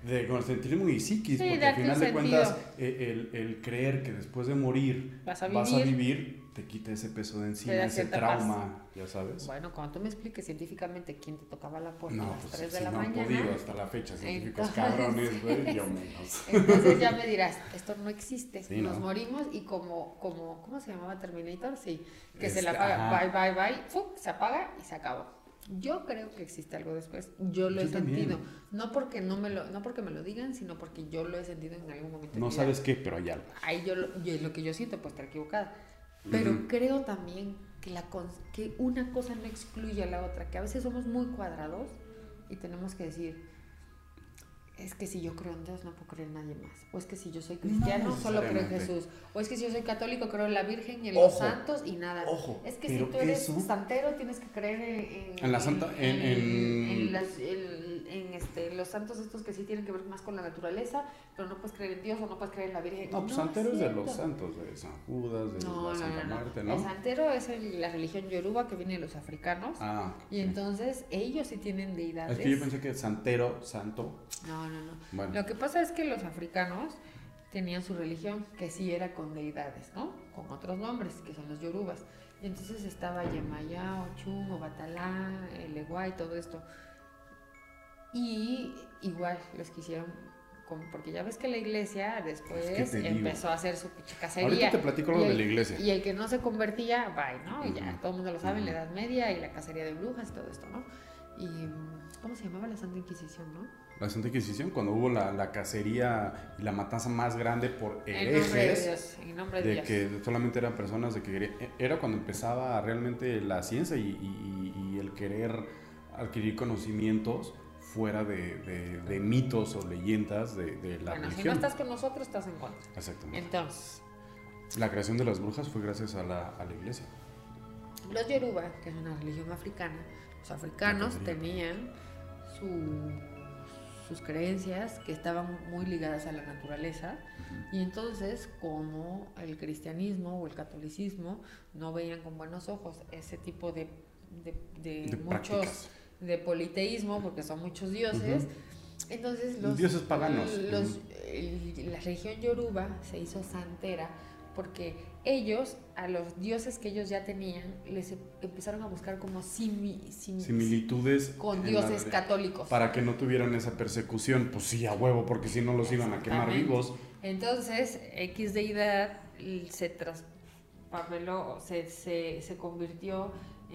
de egocentrismo y psiquis,
Sí,
porque al
darte
final
un
de cuentas
sentido.
eh, el, el creer que después de morir
Vas a
vas a
vivir.
vivir, te quita ese peso de
Te
encima,
da
ese
cierta
trauma, ya sabes.
Bueno, cuando tú me expliques científicamente quién te tocaba la puerta a
No,
las
pues
tres
si
de la
no han
mañana,
podido hasta la fecha, científicos
entonces-
cabrones, güey, yo menos.
entonces ya me dirás, esto no existe,
Sí,
nos
¿no?
morimos y como, como, ¿cómo se llamaba Terminator? Sí, que se
Este,
la apaga,
ajá.
bye, bye, bye, ¡fuc! Se apaga y se acabó. Yo creo que existe algo después, yo lo
Yo
he sentido,
también.
no porque no me lo, no porque me lo digan, sino porque yo lo he sentido en algún momento de
No
mi vida.
sabes qué, pero hay algo.
Ahí yo, lo, yo es lo que yo siento, pues estar equivocada. Pero
Ujú.
creo también que, la, cons- que una cosa no excluye a la otra, que a veces somos muy cuadrados y tenemos que decir, es que si yo creo en Dios no puedo creer en nadie más, o es que si yo soy cristiano
No
solo creo en
necesariamente.
Jesús, o es que si yo soy católico creo en la Virgen y en
Ojo,
los santos y nada.
ojo,
Es que
pero
si tú eres
eso-
santero tienes que creer en, en,
En la santa- en- en-
en las- el- en, este, los santos estos que sí tienen que ver más con la naturaleza, pero no puedes creer en Dios o no puedes creer en la Virgen.
No, pues
No
santero es de los
cierto.
santos, de San Judas, de
No,
la
no,
Santa
no, no.
Muerte,
El
¿no?
santero es el- la religión yoruba que viene de los africanos.
Ah, ok.
Y entonces ellos sí tienen deidades.
Es que yo pensé que santero, santo.
No, no, no.
Bueno.
Lo que pasa es que los africanos tenían su religión que sí era con deidades, ¿no? Con otros nombres, que son los yorubas. Y entonces estaba Yemaya, Ochun, Obatalá, Elegua y todo esto. Y igual los quisieron, como- porque ya ves que la iglesia después
Es que te digo.
empezó a hacer su pinche cacería.
Ahorita te platico lo
Y
de
el-
la iglesia.
Y el que no se convertía, bye, ¿no? Y ya
Ujú.
todo el mundo lo sabe, en la
Ujú.
Edad Media y la cacería de brujas y todo esto, ¿no? Y ¿cómo se llamaba la Santa Inquisición, no?
La Santa Inquisición, cuando hubo la, la cacería y la matanza más grande por
En nombre de
herejes,
Dios, en nombre de,
de
Dios.
que solamente eran personas de que querían- era cuando empezaba realmente la ciencia y, y- y el querer adquirir conocimientos fuera de, de- de mitos o leyendas de, de la
Bueno, si no
religión.
estás con nosotros, estás en contra.
Exactamente.
Entonces,
La creación de las brujas fue gracias a la, a la iglesia.
los Yoruba, que es una religión africana, los africanos
La cacería.
tenían su- sus creencias que estaban muy ligadas a la naturaleza. Y entonces, como el cristianismo o el catolicismo no veían con buenos ojos ese tipo de, de, de
De
muchos
prácticas.
de politeísmo, porque son muchos dioses,
Ujú.
entonces los
Dioses paganos.
los-
Ujú.
el- la religión yoruba se hizo santera porque ellos, a los dioses que ellos ya tenían, les em- empezaron a buscar como simi, sim-
Similitudes
con
en
dioses
la-
católicos.
para que no tuvieran esa persecución. Pues sí, a huevo, porque si no los iban a quemar
Exactamente.
vivos.
Entonces, X deidad l- se traspapeló, se, se, se convirtió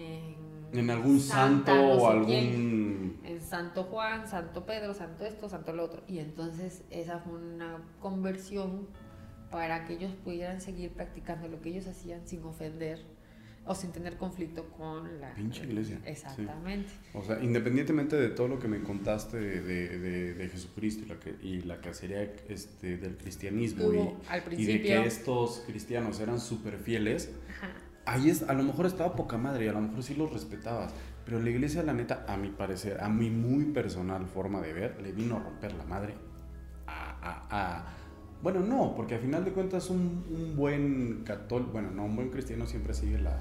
en...
En algún
santa,
santo
no
o
sé
algún...
quién, en Santo Juan, Santo Pedro, Santo esto, Santo lo otro. Y entonces esa fue una conversión para que ellos pudieran seguir practicando lo que ellos hacían sin ofender o sin tener conflicto con la
Pinche iglesia, sí.
Exactamente.
O sea, independientemente de todo lo que me contaste de, de, de- de Jesucristo y la, que, y la cacería este, del cristianismo
Hubo
y,
al
y de
principio.
que estos cristianos eran súper fieles,
Ajá.
ahí es, a lo mejor estaba poca madre y a lo mejor sí los respetabas, pero la iglesia, la neta, a mi parecer, a mi muy personal forma de ver, le vino a romper la madre a... a- a- bueno, no, porque al final de cuentas un, un buen católico, bueno, no, un buen cristiano siempre sigue la,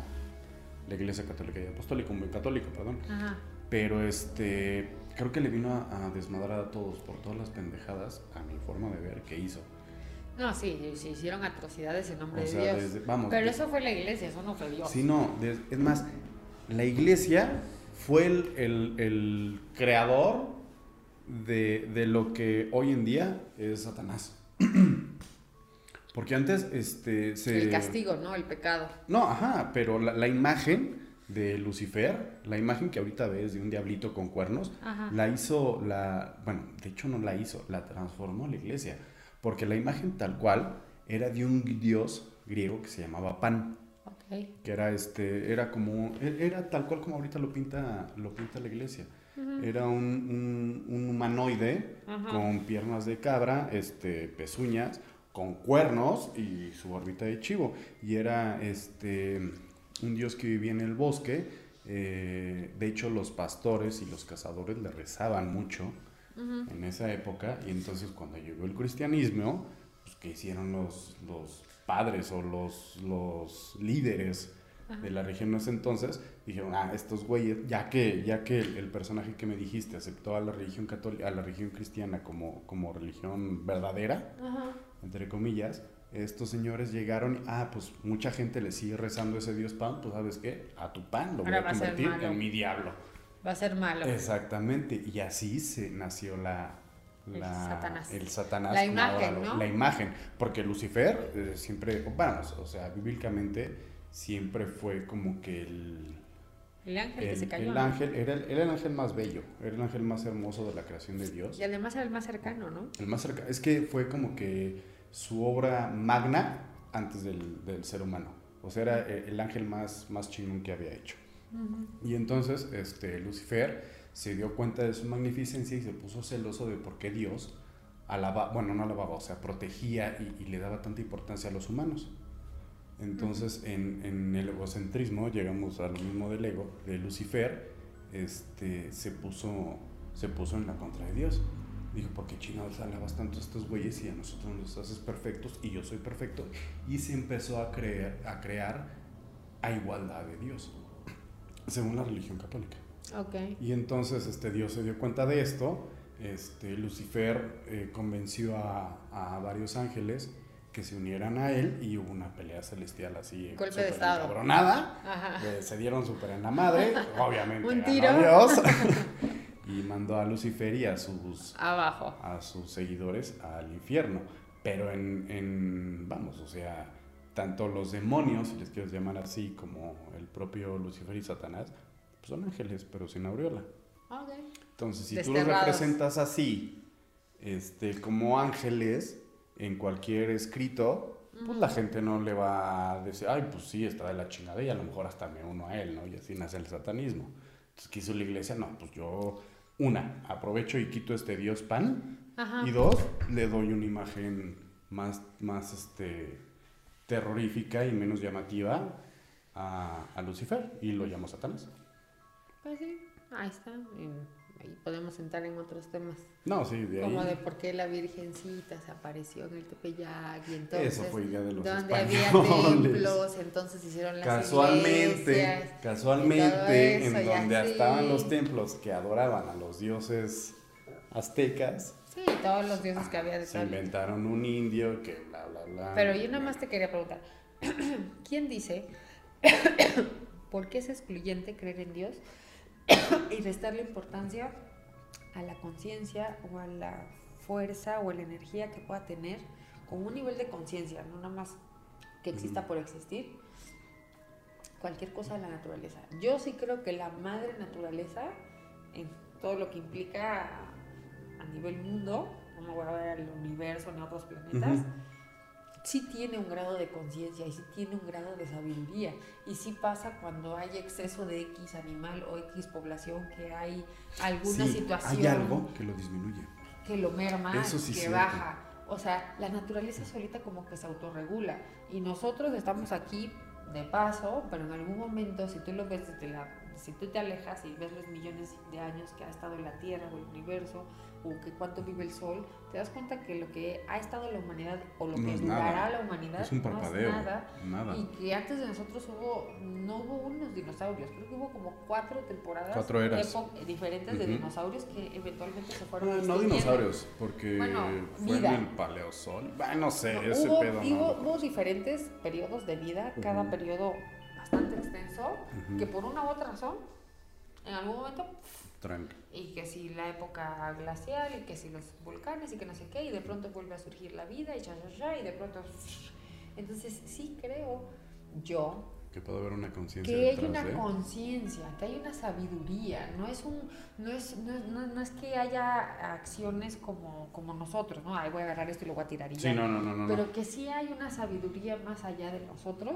la iglesia católica y apostólica, un buen católico, perdón.
Ajá.
Pero este, creo que le vino a, a desmadrar a todos por todas las pendejadas, a mi forma de ver, que hizo.
No, sí, se hicieron atrocidades en nombre
O
de
sea,
Dios.
desde- vamos,
Pero
de-
eso fue la iglesia, eso no fue Dios.
Sí, no, des- es más, la iglesia fue el, el- el creador de, de lo que hoy en día es Satanás. Porque antes, este, se...
El castigo, ¿no? El pecado.
No, ajá, pero la, la imagen de Lucifer, la imagen que ahorita ves de un diablito con cuernos,
Ajá.
la hizo la, bueno, de hecho no la hizo, la transformó la iglesia, porque la imagen tal cual era de un dios griego que se llamaba Pan,
Ok.
que era este, era como, era tal cual como ahorita lo pinta, lo pinta la iglesia.
Ujú.
Era un, un, un humanoide
Ajá.
con piernas de cabra, este, pezuñas, con cuernos y su barbita de chivo. Y era este, un dios que vivía en el bosque. Eh, de hecho, los pastores y los cazadores le rezaban mucho
Ujú.
en esa época. Y entonces, cuando llegó el cristianismo, pues, ¿qué hicieron los, los padres o los, los líderes de la región en ese entonces, dijeron, ah, estos güeyes, ya que, ya que el, el personaje que me dijiste aceptó a la religión católica, a la religión cristiana como, como religión verdadera, ajá, entre comillas, estos señores llegaron, y, ah, pues mucha gente le sigue rezando a ese dios Pan, pues ¿sabes qué? A tu pan lo voy a convertir en mi diablo.
Va a ser malo.
Exactamente, y así se nació la... La, el Satanás, el Satanás
la imagen,
ahora,
¿no?
La imagen, porque Lucifer eh, siempre, vamos, o sea, bíblicamente siempre fue como que el...
El ángel
el,
que se cayó.
El ángel, era el, era el ángel más bello, era el ángel más hermoso de la creación de Dios.
Y además era el más cercano, ¿no?
El más cercano, es que fue como que su obra magna antes del, del ser humano, o sea, era el ángel más, más chingón que había hecho. Uh-huh. Y entonces, este, Lucifer se dio cuenta de su magnificencia y se puso celoso de por qué Dios alababa, bueno, no alababa, o sea, protegía y, y le daba tanta importancia a los humanos. Entonces, en, en el egocentrismo, llegamos a lo mismo del ego, de Lucifer, este, se puso, se puso en la contra de Dios. Dijo, ¿por qué chingados alabas tanto a estos güeyes y a nosotros nos haces perfectos y yo soy perfecto? Y se empezó a crear, a crear a igualdad de Dios, según la religión católica.
Okay.
Y entonces este, Dios se dio cuenta de esto, este, Lucifer eh, convenció a, a varios ángeles que se unieran a él y hubo una pelea celestial así.
Golpe de estado.
Cabronada, eh, se dieron súper en la madre, obviamente
un tiro.
Ganó Dios y mandó a Lucifer y a sus,
Abajo.
a sus seguidores al infierno. Pero en, en, vamos, o sea, tanto los demonios, si les quieres llamar así, como el propio Lucifer y Satanás, pues son ángeles, pero sin aureola.
Okay.
Entonces, si tú los representas así, este, como ángeles, en cualquier escrito, uh-huh, pues la gente no le va a decir, ay, pues sí, está de la chingada y a lo mejor hasta me uno a él, ¿no? Y así nace el satanismo. Entonces, ¿qué hizo la iglesia? No, pues yo, una, aprovecho y quito este dios Pan, uh-huh, y dos, le doy una imagen más, más, este, terrorífica y menos llamativa a, a Lucifer y lo llamo Satanás.
Pues sí, ahí está. Ahí podemos entrar en otros temas.
No, sí, de ahí.
Como de por qué la Virgencita se apareció en el Tepeyac y entonces.
Eso fue idea de los
donde
españoles.
había templos, entonces hicieron las
casualmente,
iglesias.
Casualmente,
eso,
en donde
así.
estaban los templos que adoraban a los dioses aztecas.
Sí, todos los dioses que había de
Se inventaron un indio que bla, bla, bla.
Pero yo nada más te quería preguntar, ¿quién dice por qué es excluyente creer en Dios y restarle importancia a la conciencia o a la fuerza o a la energía que pueda tener con un nivel de conciencia, no nada más que exista por existir, cualquier cosa de la naturaleza? Yo sí creo que la madre naturaleza, en todo lo que implica a, a nivel mundo, no me voy a ver al universo ni a otros planetas, uh-huh, sí tiene un grado de conciencia y sí tiene un grado de sabiduría. Y sí pasa cuando hay exceso de X animal o X población, que hay alguna sí, situación...
hay algo que lo disminuye.
Que lo merma,
Eso sí,
que
cierto.
baja. O sea, la naturaleza solita como que se autorregula. Y nosotros estamos aquí de paso, pero en algún momento, si tú lo ves desde la... Si tú te alejas y ves los millones de años que ha estado la Tierra o el universo, o que cuánto vive el Sol, te das cuenta que lo que ha estado la humanidad o lo
no
que durará la humanidad
es un parpadeo,
no es nada,
nada.
Y que antes de nosotros hubo, no hubo unos dinosaurios, creo que hubo como cuatro temporadas
cuatro eras.
Epo- diferentes uh-huh. de dinosaurios que eventualmente se fueron
no, no dinosaurios, porque
bueno,
fue
vida.
en el Paleosol, bueno, no sé,
no,
ese
hubo,
pedo
hubo,
no.
hubo diferentes periodos de vida, uh-huh. cada periodo bastante extenso, uh-huh. que por una u otra razón, en algún momento...
Tranca.
Y que si la época glacial, y que si los volcanes, y que no sé qué, y de pronto vuelve a surgir la vida, y ya, ya, ya, y de pronto... Entonces sí creo yo...
Que puede haber una conciencia
Que hay
detrás,
una
¿eh?
conciencia, que hay una sabiduría, no es un... No es, no, no, no es que haya acciones como, como nosotros, ¿no? Ay, voy a agarrar esto y lo voy a tirar y
sí,
ya.
no, no, no, no.
Pero que sí hay una sabiduría más allá de nosotros,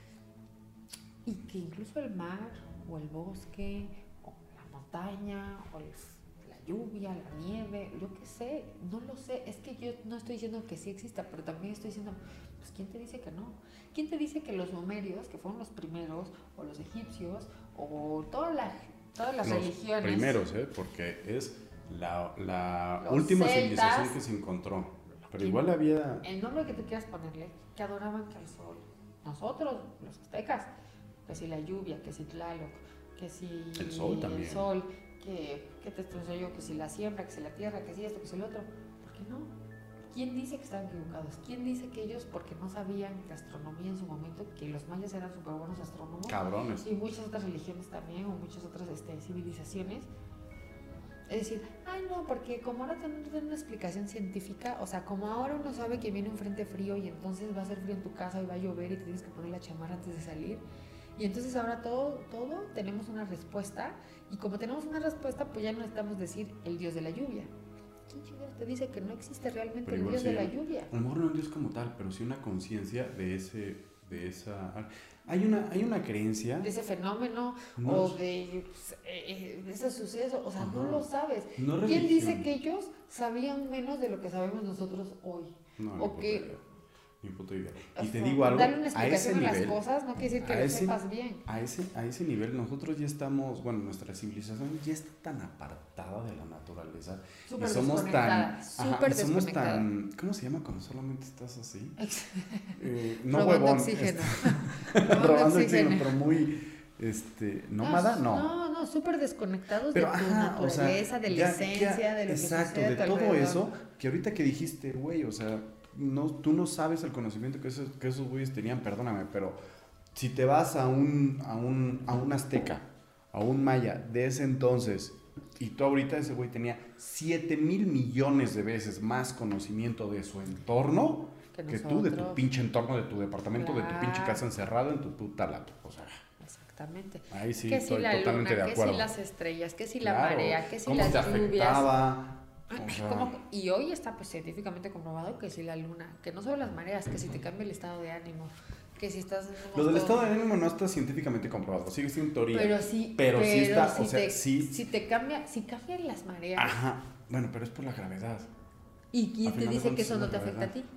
y que incluso el mar, o el bosque... montaña, o la lluvia, la nieve, yo qué sé, no lo sé, es que yo no estoy diciendo que sí exista, pero también estoy diciendo, pues ¿quién te dice que no? ¿Quién te dice que los sumerios, que fueron los primeros, o los egipcios, o toda la, todas las
los
religiones...
primeros, ¿eh? Porque es la, la
Los
última
celtas,
civilización que se encontró, pero igual había...
El nombre que tú quieras ponerle, que adoraban que al sol, nosotros, los aztecas, que si la lluvia, que si Tlaloc, que si
el sol también.
El sol, que, que te estoy yo, que si la siembra, que si la tierra, que si esto, que si el otro. ¿Por qué no? ¿Quién dice que estaban equivocados? ¿Quién dice que ellos, porque no sabían de astronomía en su momento, que los mayas eran súper buenos astrónomos?
Cabrones.
Y muchas otras religiones también, o muchas otras este, civilizaciones. Es decir, ay no, porque como ahora tenemos una explicación científica, o sea, como ahora uno sabe que viene un frente frío y entonces va a ser frío en tu casa y va a llover y te tienes que poner la chamarra antes de salir, y entonces ahora todo, todo tenemos una respuesta, y como tenemos una respuesta, pues ya no necesitamos decir el dios de la lluvia. ¿Quién chingados te dice que no existe realmente
Pero
el dios
sí,
de la lluvia?
A lo mejor no un dios como tal, pero sí una conciencia de ese, de esa... Hay una, hay una creencia...
De ese fenómeno, no, o de, pues, eh, de ese suceso, o sea, ajá, no lo sabes.
No
¿Quién dice que ellos sabían menos de lo que sabemos nosotros hoy?
No,
o que...
Ni puta idea. Y te digo algo,
darle una
a ese
explicación a
nivel,
las cosas no quiere decir que lo
ese,
sepas bien.
A ese, a ese nivel nosotros ya estamos, bueno, nuestra civilización ya está tan apartada de la naturaleza.
Súper
y somos tan,
súper
ajá, somos tan, ¿cómo se llama cuando solamente estás así? eh, no
robando
huevón,
oxígeno.
Este, robando, robando oxígeno, pero muy, este, nómada, no.
No, no, súper desconectados
pero,
de tu
ajá,
naturaleza, o sea, de la
ya,
esencia,
ya,
de lo
exacto,
que sucede
de
a tu
todo
alrededor.
eso, que ahorita que dijiste, güey, o sea, no, tú no sabes el conocimiento que esos, que esos güeyes tenían, perdóname, pero si te vas a un, a un, a un azteca, a un maya de ese entonces, y tú ahorita ese güey tenía siete mil millones de veces más conocimiento de su entorno que, que tú, de tu pinche entorno, de tu departamento, claro, de tu pinche casa encerrado en tu puta laptop, o sea...
Exactamente.
Ahí sí,
que
estoy
si la
totalmente
luna,
de acuerdo.
Que si las estrellas, que si
claro,
la marea, que si
cómo
las
te
lluvias.
Afectaba, o sea...
¿Cómo? Y hoy está pues científicamente comprobado que si la luna, que no solo las mareas, que si te cambia el estado de ánimo, que si estás...
Lo del estado de ánimo no está científicamente comprobado, sigue siendo teoría.
Pero sí,
pero, pero sí está,
si
o sea,
te,
sí...
Si te cambia, si cambian las mareas...
Ajá, bueno, pero es por la gravedad.
¿Y quién te dice que eso no te afecta a ti?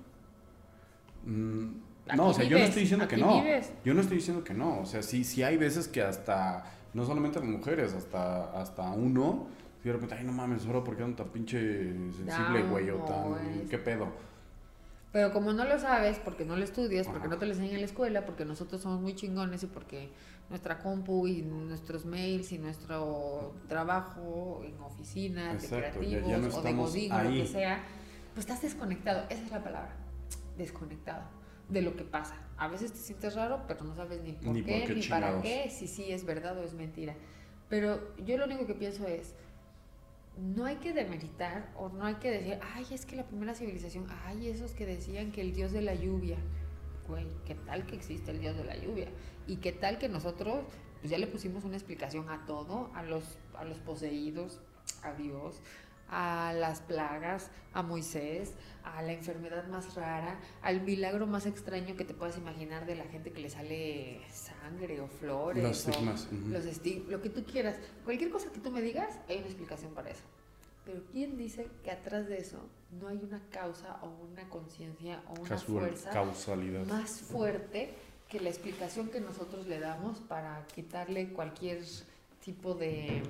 Mm, no, o sea, vives, yo no estoy diciendo que no.
Vives.
Yo no estoy diciendo que no. O sea, sí, sí hay veces que hasta, no solamente las mujeres, hasta, hasta uno, si de repente, ay, no mames, ahora por qué ando tan pinche sensible, güey, no, o tan, ¿qué pedo?
Pero como no lo sabes, porque no lo estudias, porque Ajá. no te lo enseñan en la escuela, porque nosotros somos muy chingones y porque nuestra compu y nuestros mails y nuestro trabajo en oficinas, Exacto, de creativos ya, ya no o de godín o lo que sea, pues estás desconectado. Esa es la palabra, desconectado de lo que pasa. A veces te sientes raro, pero no sabes ni por ni qué, por qué ni chingados. Para qué, si sí es verdad o es mentira. Pero yo lo único que pienso es, no hay que demeritar o no hay que decir, ay, es que la primera civilización, ay, esos que decían que el dios de la lluvia, güey, ¿qué tal que existe el dios de la lluvia? Y qué tal que nosotros pues ya le pusimos una explicación a todo, a los, a los poseídos, a Dios, a las plagas, a Moisés, a la enfermedad más rara, al milagro más extraño que te puedas imaginar de la gente que le sale sangre o flores,
los estigmas,
o uh-huh. los estig- lo que tú quieras, cualquier cosa que tú me digas, hay una explicación para eso. Pero ¿quién dice que atrás de eso no hay una causa o una conciencia o una Casual, fuerza
causalidad.
más fuerte que la explicación que nosotros le damos para quitarle cualquier tipo de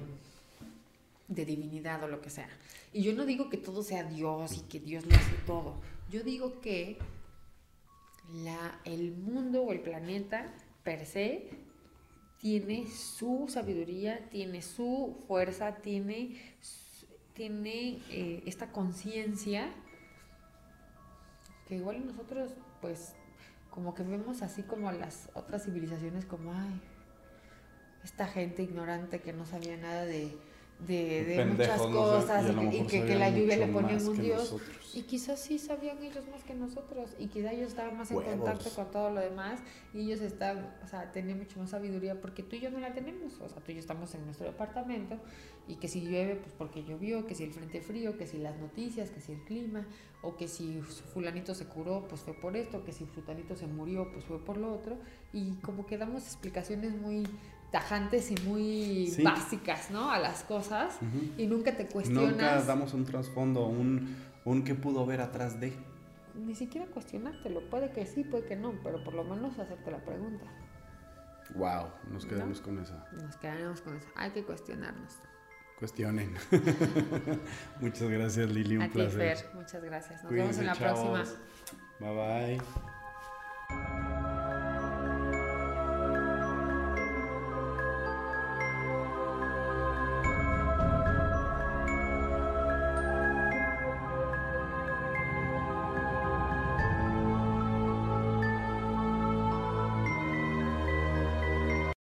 de divinidad o lo que sea? Y yo no digo que todo sea Dios y que Dios lo hace todo. Yo digo que la, el mundo o el planeta per se tiene su sabiduría, tiene su fuerza, tiene, tiene eh, esta conciencia que igual nosotros pues como que vemos así como las otras civilizaciones como ay, esta gente ignorante que no sabía nada de de, de muchas cosas y, y, y que, que la lluvia le ponían un dios nosotros. Y quizás sí sabían ellos más que nosotros y quizás ellos estaban más Huevos. en contacto con todo lo demás y ellos estaban, o sea, tenían mucho más sabiduría porque tú y yo no la tenemos, o sea, tú y yo estamos en nuestro departamento y que si llueve pues porque llovió, que si el frente frío, que si las noticias, que si el clima o que si fulanito se curó pues fue por esto, que si fulanito se murió pues fue por lo otro y como que damos explicaciones muy tajantes y muy sí. básicas, ¿no? A las cosas uh-huh. y nunca te cuestionas.
Nunca damos un trasfondo, un, un qué pudo haber atrás de.
Ni siquiera cuestionártelo, puede que sí, puede que no, pero por lo menos hacerte la pregunta.
Wow, nos quedamos
¿no?
con esa.
Nos quedamos con eso, hay que cuestionarnos.
Cuestionen. Muchas gracias, Lili, un
A
placer.
ti, Fer, muchas gracias. Nos
Cuídense,
vemos en la
chavos.
próxima.
Bye bye.